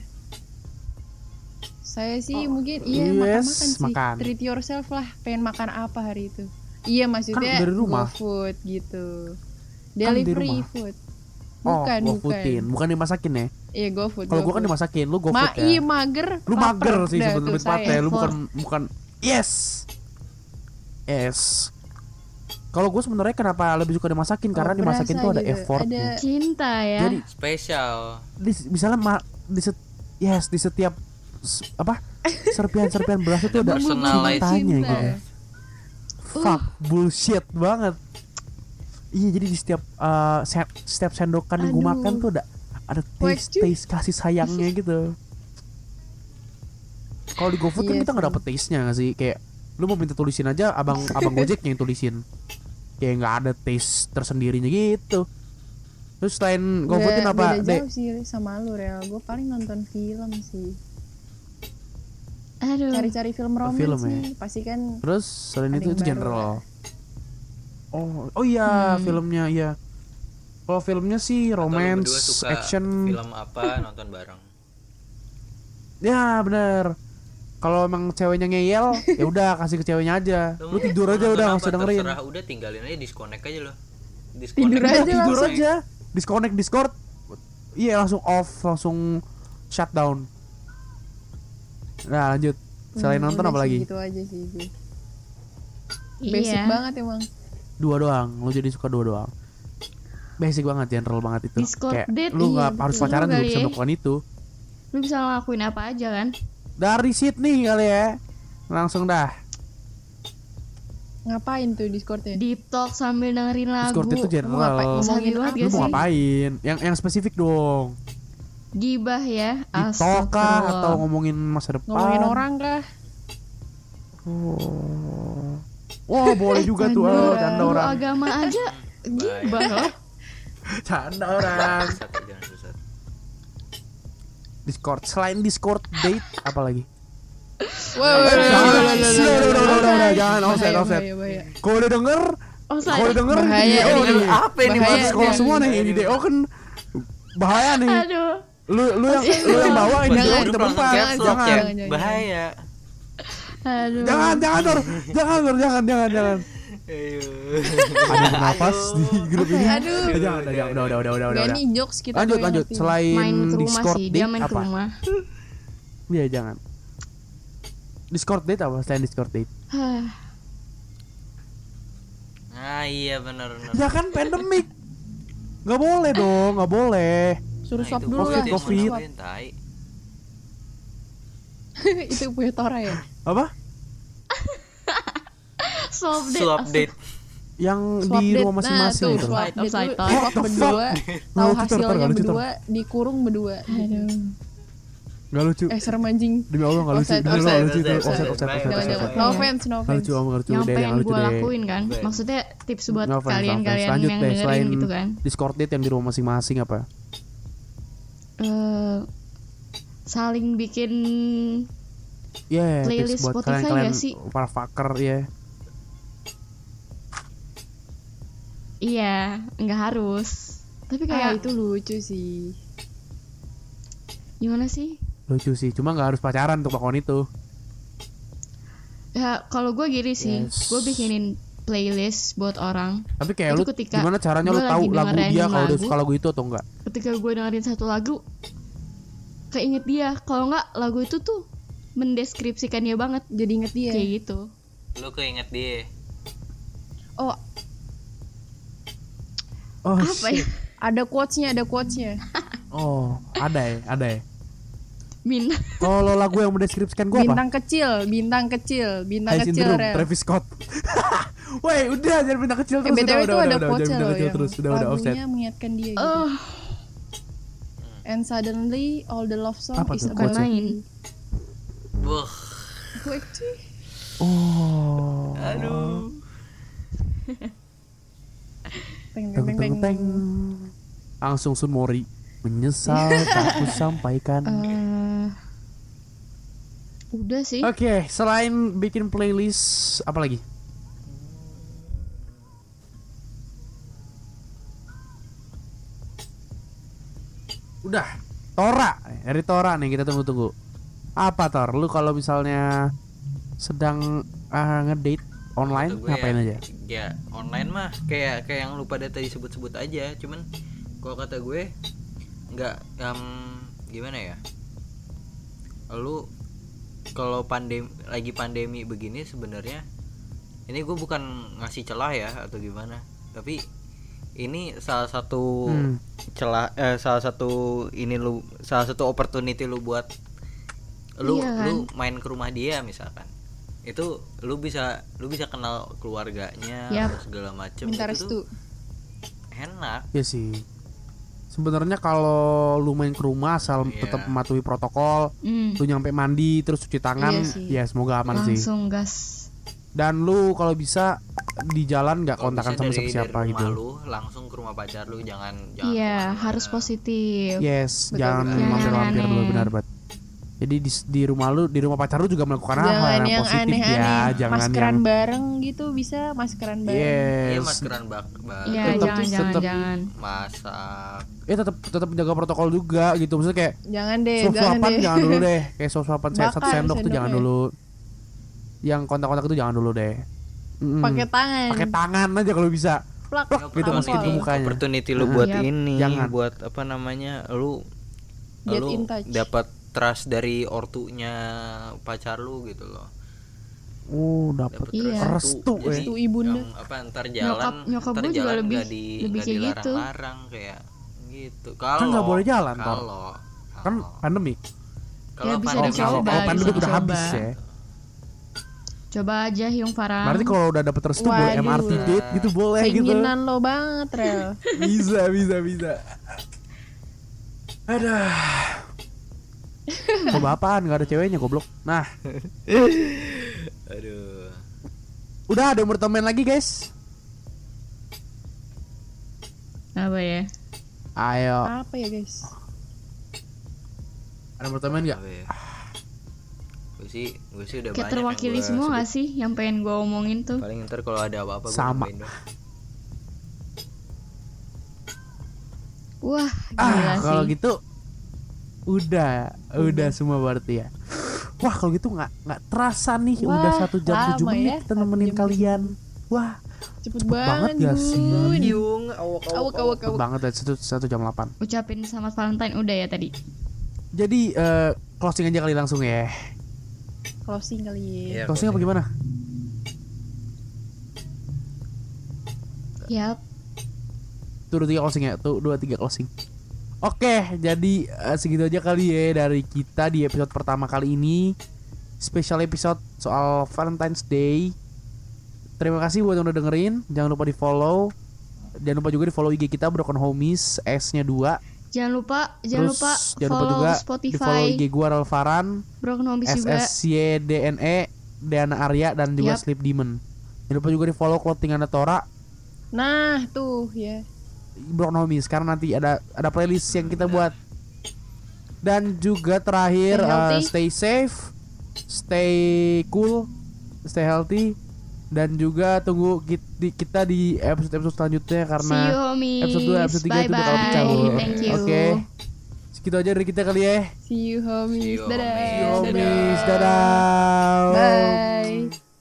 saya sih mungkin iya yes, makan-makan sih. makan. Treat yourself lah. Pengen makan apa hari itu? Iya maksudnya Kan dari rumah. GoFood gitu. di Delivery rumah. food. Oh, Bukan, gua bukan. foodin, bukan dimasakin ya. Iya GoFood. Kalau gua kan GoFood. dimasakin, lu GoFood Ma, ya. iya mager. Lu lapar. mager sih Dah, sebenarnya tuh, lebih tepatnya. saya. Lu bukan bukan yes. Yes. Kalau gue sebenarnya kenapa lebih suka dimasakin Oh, karena dimasakin berasa tuh ada gitu. effortnya. Ada- Cinta ya. Jadi Spesial. di, misalnya ma- di set, yes di setiap s- apa serpian-serpian beras itu ada Personalized. cintanya Cinta. gitu. Fuck bullshit banget. Iya jadi di setiap uh, se- setiap sendokan yang gue Aduh. makan tuh ada ada taste Waduh. taste kasih sayangnya gitu. Kalau di GoFood kan Iya kita nggak sih. dapet taste-nya nggak sih, kayak lu mau minta tulisin aja abang abang Gojeknya yang tulisin, kayak nggak ada taste tersendirinya gitu. Terus selain GoFood Beda- apa beda Dek? jauh sih sama lu Real. Gue paling nonton film sih. Aduh. Cari-cari film romance film ya? nih. Pasti kan Terus selain Ada itu yang itu baru general. Oh oh iya Hmm. filmnya iya. Kalau filmnya sih Atau lu berdua romance, suka action. film apa nonton bareng? Ya bener. Kalau emang ceweknya ngeyel, ya udah kasih ke ceweknya aja. Lu tidur aja nonton udah apa, nggak usah dengerin. Terserah, udah tinggalin aja, disconnect aja lo. Tidur Udah, aja tidur langsung. aja. Disconnect Discord. Iya langsung off, langsung shutdown. Nah lanjut. Selain Hmm, nonton udah apa sih, lagi? Gitu aja sih gue. Iya. Basic banget emang. Dua doang. Lu jadi suka dua doang. Basic banget, general banget itu. Discord Kayak date, lu nggak iya, harus betul. pacaran Lu juga kali bisa ya. melakukan itu. Lu bisa ngelakuin apa aja kan? Dari Sydney kali ya. Langsung dah. Ngapain tuh Discordnya? Deep talk sambil dengerin lagu. Discord itu Mau general. ngapain? Sabi Ngomongin banget apa? Lu gak mau sih? ngapain? Yang yang spesifik dong. Gibah ya. TikTok kah Astagfirullah. atau ngomongin masa depan? Ngomongin orang kah? Oh. Wah, boleh juga tuh. Canda Oh, orang. canda Guru orang. agama aja gibah loh. Canda orang. Susah, jangan susah. Discord. Selain Discord date apa lagi? Wah, Jangan, udah, udah, udah, udah, udah, jangan Bahaya, offset, offset. bahaya, bahaya. Kalau udah denger, Oh kalau saya. denger Bahaya, di D O ini nih. apa ini, Bahaya Bang? sekolah semua nih ini D O kan bahaya nih. Aduh. Lu lu yang lu yang bawa ini D O Jangan, kita Langsung berempat. caps lock, Jangan. ya. Jangan, jangan. Bahaya. Aduh. Jangan, jangan, Dor. Jangan, Dor. Jangan, jangan, jangan. Ayo. Ada yang nafas di grup ini. Aduh. Ya, jangan, udah, jangan, udah, udah, udah, udah, Gak udah. nih jokes kita Lanjut, gue lanjut. ngerti. Selain Main ke rumah Discord sih, date dia main ke apa? rumah. Iya, jangan. Discord date apa selain Discord date? Hah. Ah iya benar benar. Ya kan pandemik. Gak boleh dong, gak boleh. Suruh Nah, swap itu dulu Covid, lah. yang Covid. mau ngapain, tai. Itu punya Tora ya? Apa? Swap date. Swap date. Yang Swap di date. rumah masing-masing nah, itu. tuh, swap Upside date down. dulu, What swap the berdua. Nggak Tahu lucu, Tor, hasilnya nggak lucu, Tor. berdua, dikurung berdua. Aduh. Gak lucu. Eh serem anjing. Demi Allah gak lucu. Offside, Demi Allah offside, gak lucu itu. offside, Offset, offset, offside. offset, Jangan offset, jangan. offset. No offense, no Gak offense. lucu, gak lucu. Yang Deh, yang pengen lucu gue deh. lakuin kan. Baik. Maksudnya tips buat No offense, no offense. kalian-kalian Lanjut yang deh, dengerin selain gitu kan. Discord date yang di rumah masing-masing apa? Eh saling bikin Ya, Playlist tips buat Spotify kalian-kalian nggak sih? para fucker ya. iya, nggak harus. Tapi Kayak kayak itu lucu sih. gimana sih? Lucu sih, cuma gak harus pacaran untuk melakukan itu. Ya kalau gue gini sih, Yes. gue bikinin playlist buat orang. Tapi kayak Itu lu ketika gimana caranya lu gua tahu lagi lagu dengerin dia kalau udah lagu. suka lagu itu atau enggak? Ketika gue dengerin satu lagu, keinget dia. Kalau nggak lagu itu tuh mendeskripsikan dia banget. Jadi inget dia. Kayak gitu. Lu keinget dia. Oh, Oh, Apa ya? shit. ada quotesnya, ada quotesnya. Oh, ada ya, ada ya. Min. Kalau lagu yang mendeskripsikan gua apa? Bintang kecil, bintang kecil, bintang High kecil. Syndrome, Rel. Travis Scott. Woi, udah jangan bintang kecil Eh, terus. B T W udah, itu udah, ada udah, quotesnya jangan loh bintang kecil yang terus. Udah, udah offset. lagunya mengingatkan dia gitu. Oh, And suddenly all the love song Apa is tuh about quotesnya? you. Wah, Gue cuy. Oh. aduh. Teng Teng teng teng teng. teng. Langsung Sun Mori. Menyesal tak ku sampaikan. eh udah sih. Oke, selain bikin playlist apa lagi? Udah. Tora, dari Tora nih kita tunggu-tunggu. Apa Tor? Lu kalau misalnya sedang uh, ngedate online Kata gue ngapain ya, aja? Ya online mah kayak kayak yang lu pada tadi sebut-sebut aja. Cuman kalau kata gue nggak um, gimana ya? Lu kalau pandemi lagi pandemi begini sebenarnya ini gue bukan ngasih celah ya atau gimana, tapi ini salah satu Hmm. celah eh, salah satu ini lu salah satu opportunity lu buat lu Iya kan? lu main ke rumah dia misalkan. Itu lu bisa lu bisa kenal keluarganya Yap. apa segala macam. Minta Itu restu. tuh enak. Ya sih. Sebenarnya kalau lu main ke rumah asal Iya. tetap mematuhi protokol, Hmm, lu nyampe mandi terus cuci tangan, Iya sih. ya semoga aman sih. langsung gas. Dan lu kalau bisa di jalan nggak Kalau kontakan bisa sama dari- siapa-siapa dari gitu. rumah lu langsung ke rumah pacar lu, jangan jangan Iya, kemana-mana. harus positif. Yes, Betul, jangan betul. mampir-mampir Jangan dulu aneh. benar banget. Jadi di, di rumah lu, di rumah pacar lu juga melakukan hal Jangan yang yang positif ya, aneh-aneh. jangan Maskeran yang bareng gitu bisa, maskeran bareng. Iya, yes. maskeran bak bak Iya, Tetep- jangan jangan tetep- jangan. masak. Ya tetap tetap menjaga protokol juga gitu. Maksudnya kayak Jangan deh, jangan suap-suapan deh. jangan dulu deh. Kayak suap-suapan saya satu Bakar sendok tuh jangan sendoknya. dulu. Yang kontak-kontak itu jangan dulu deh. Mm-mm. Pakai tangan. Pakai tangan aja kalau bisa. Plak. Plak gitu Tampol. masukin ke mukanya. Opportunity lu Heeh. buat Yap. ini, Jangan. buat apa namanya? Lu Get lu in touch. dapat trust dari ortunya pacar lu gitu loh. Oh, dapat Dapet Iya. restu Jadi eh. Restu ibunda. yang apa ntar jalan Nyokap- nyokap ntar gue juga jalan lebih- nggak di lebih nggak kayak gitu. dilarang-larang kayak gitu. Kalau Kan nggak boleh jalan, Tor. kalau Kan kalau- pandemik. kalau Ya, bisa pandemi dicoba, kalau bisa kalau pandemik udah dicoba. habis ya. Coba aja Hyung Farang. Berarti kalau udah dapet restu boleh Waduh. M R T date gitu boleh gitu. Keinginan lo banget, Rel. Bisa, bisa, bisa. Aduh. Kok bapaan gak ada ceweknya goblok. Nah, aduh. udah ada yang berteman lagi guys. apa ya? Ayo, Apa ya, guys? ada yang berteman gak? Apa ya? Gue sih gue sih udah Kayak banyak terwakili yang gua semua sebut. gak sih yang pengen gue omongin tuh? Paling ntar kalau ada apa-apa gue Sama. nambahin doang. Wah, Ah, gila kalau sih. gitu udah, udah semua berarti ya. Wah, kalau gitu nggak nggak terasa nih Wah, udah satu jam tujuh lama menit ya, kita satu nemenin jam kalian. Wah, Cepet, banget banget, gak sih? Gun. Yung, awak Awak, awak, cepet awak. banget ya satu satu jam delapan. Ucapin selamat Valentine udah ya tadi. Jadi eh, closing aja kali langsung ya. Closing kali ya. Iya, Closing apa gimana? Yap. Tuh dua tiga closing ya. Tuh dua tiga closing. Oke, jadi eh, segitu aja kali ya dari kita di episode pertama kali ini. Special episode soal Valentine's Day. Terima kasih buat yang udah dengerin. Jangan lupa di follow. Jangan lupa juga di follow I G kita Broken Homies S-nya dua. Jangan lupa, jangan Terus lupa jangan lupa follow juga di follow Spotify I G gua Ralfaran, Broken Homies S juga. S Y D N E, Deana Arya dan juga Yap. Sleep Demon. Jangan lupa juga di follow clothing Anda Tora, Nah, tuh ya. Broken Homies karena nanti ada ada playlist yang kita buat. Dan juga terakhir Stay uh, healthy. stay safe, stay cool, stay healthy dan juga tunggu kit- di- kita di episode-episode selanjutnya karena See you homies. episode dua, episode tiga bye itu bakal pecah, Bu. bye. Thank you. Oke. Segitu aja dari kita kali ya. See you homies. See you, Dadah. homies. See you, Dadah. homies. Dadah. Bye.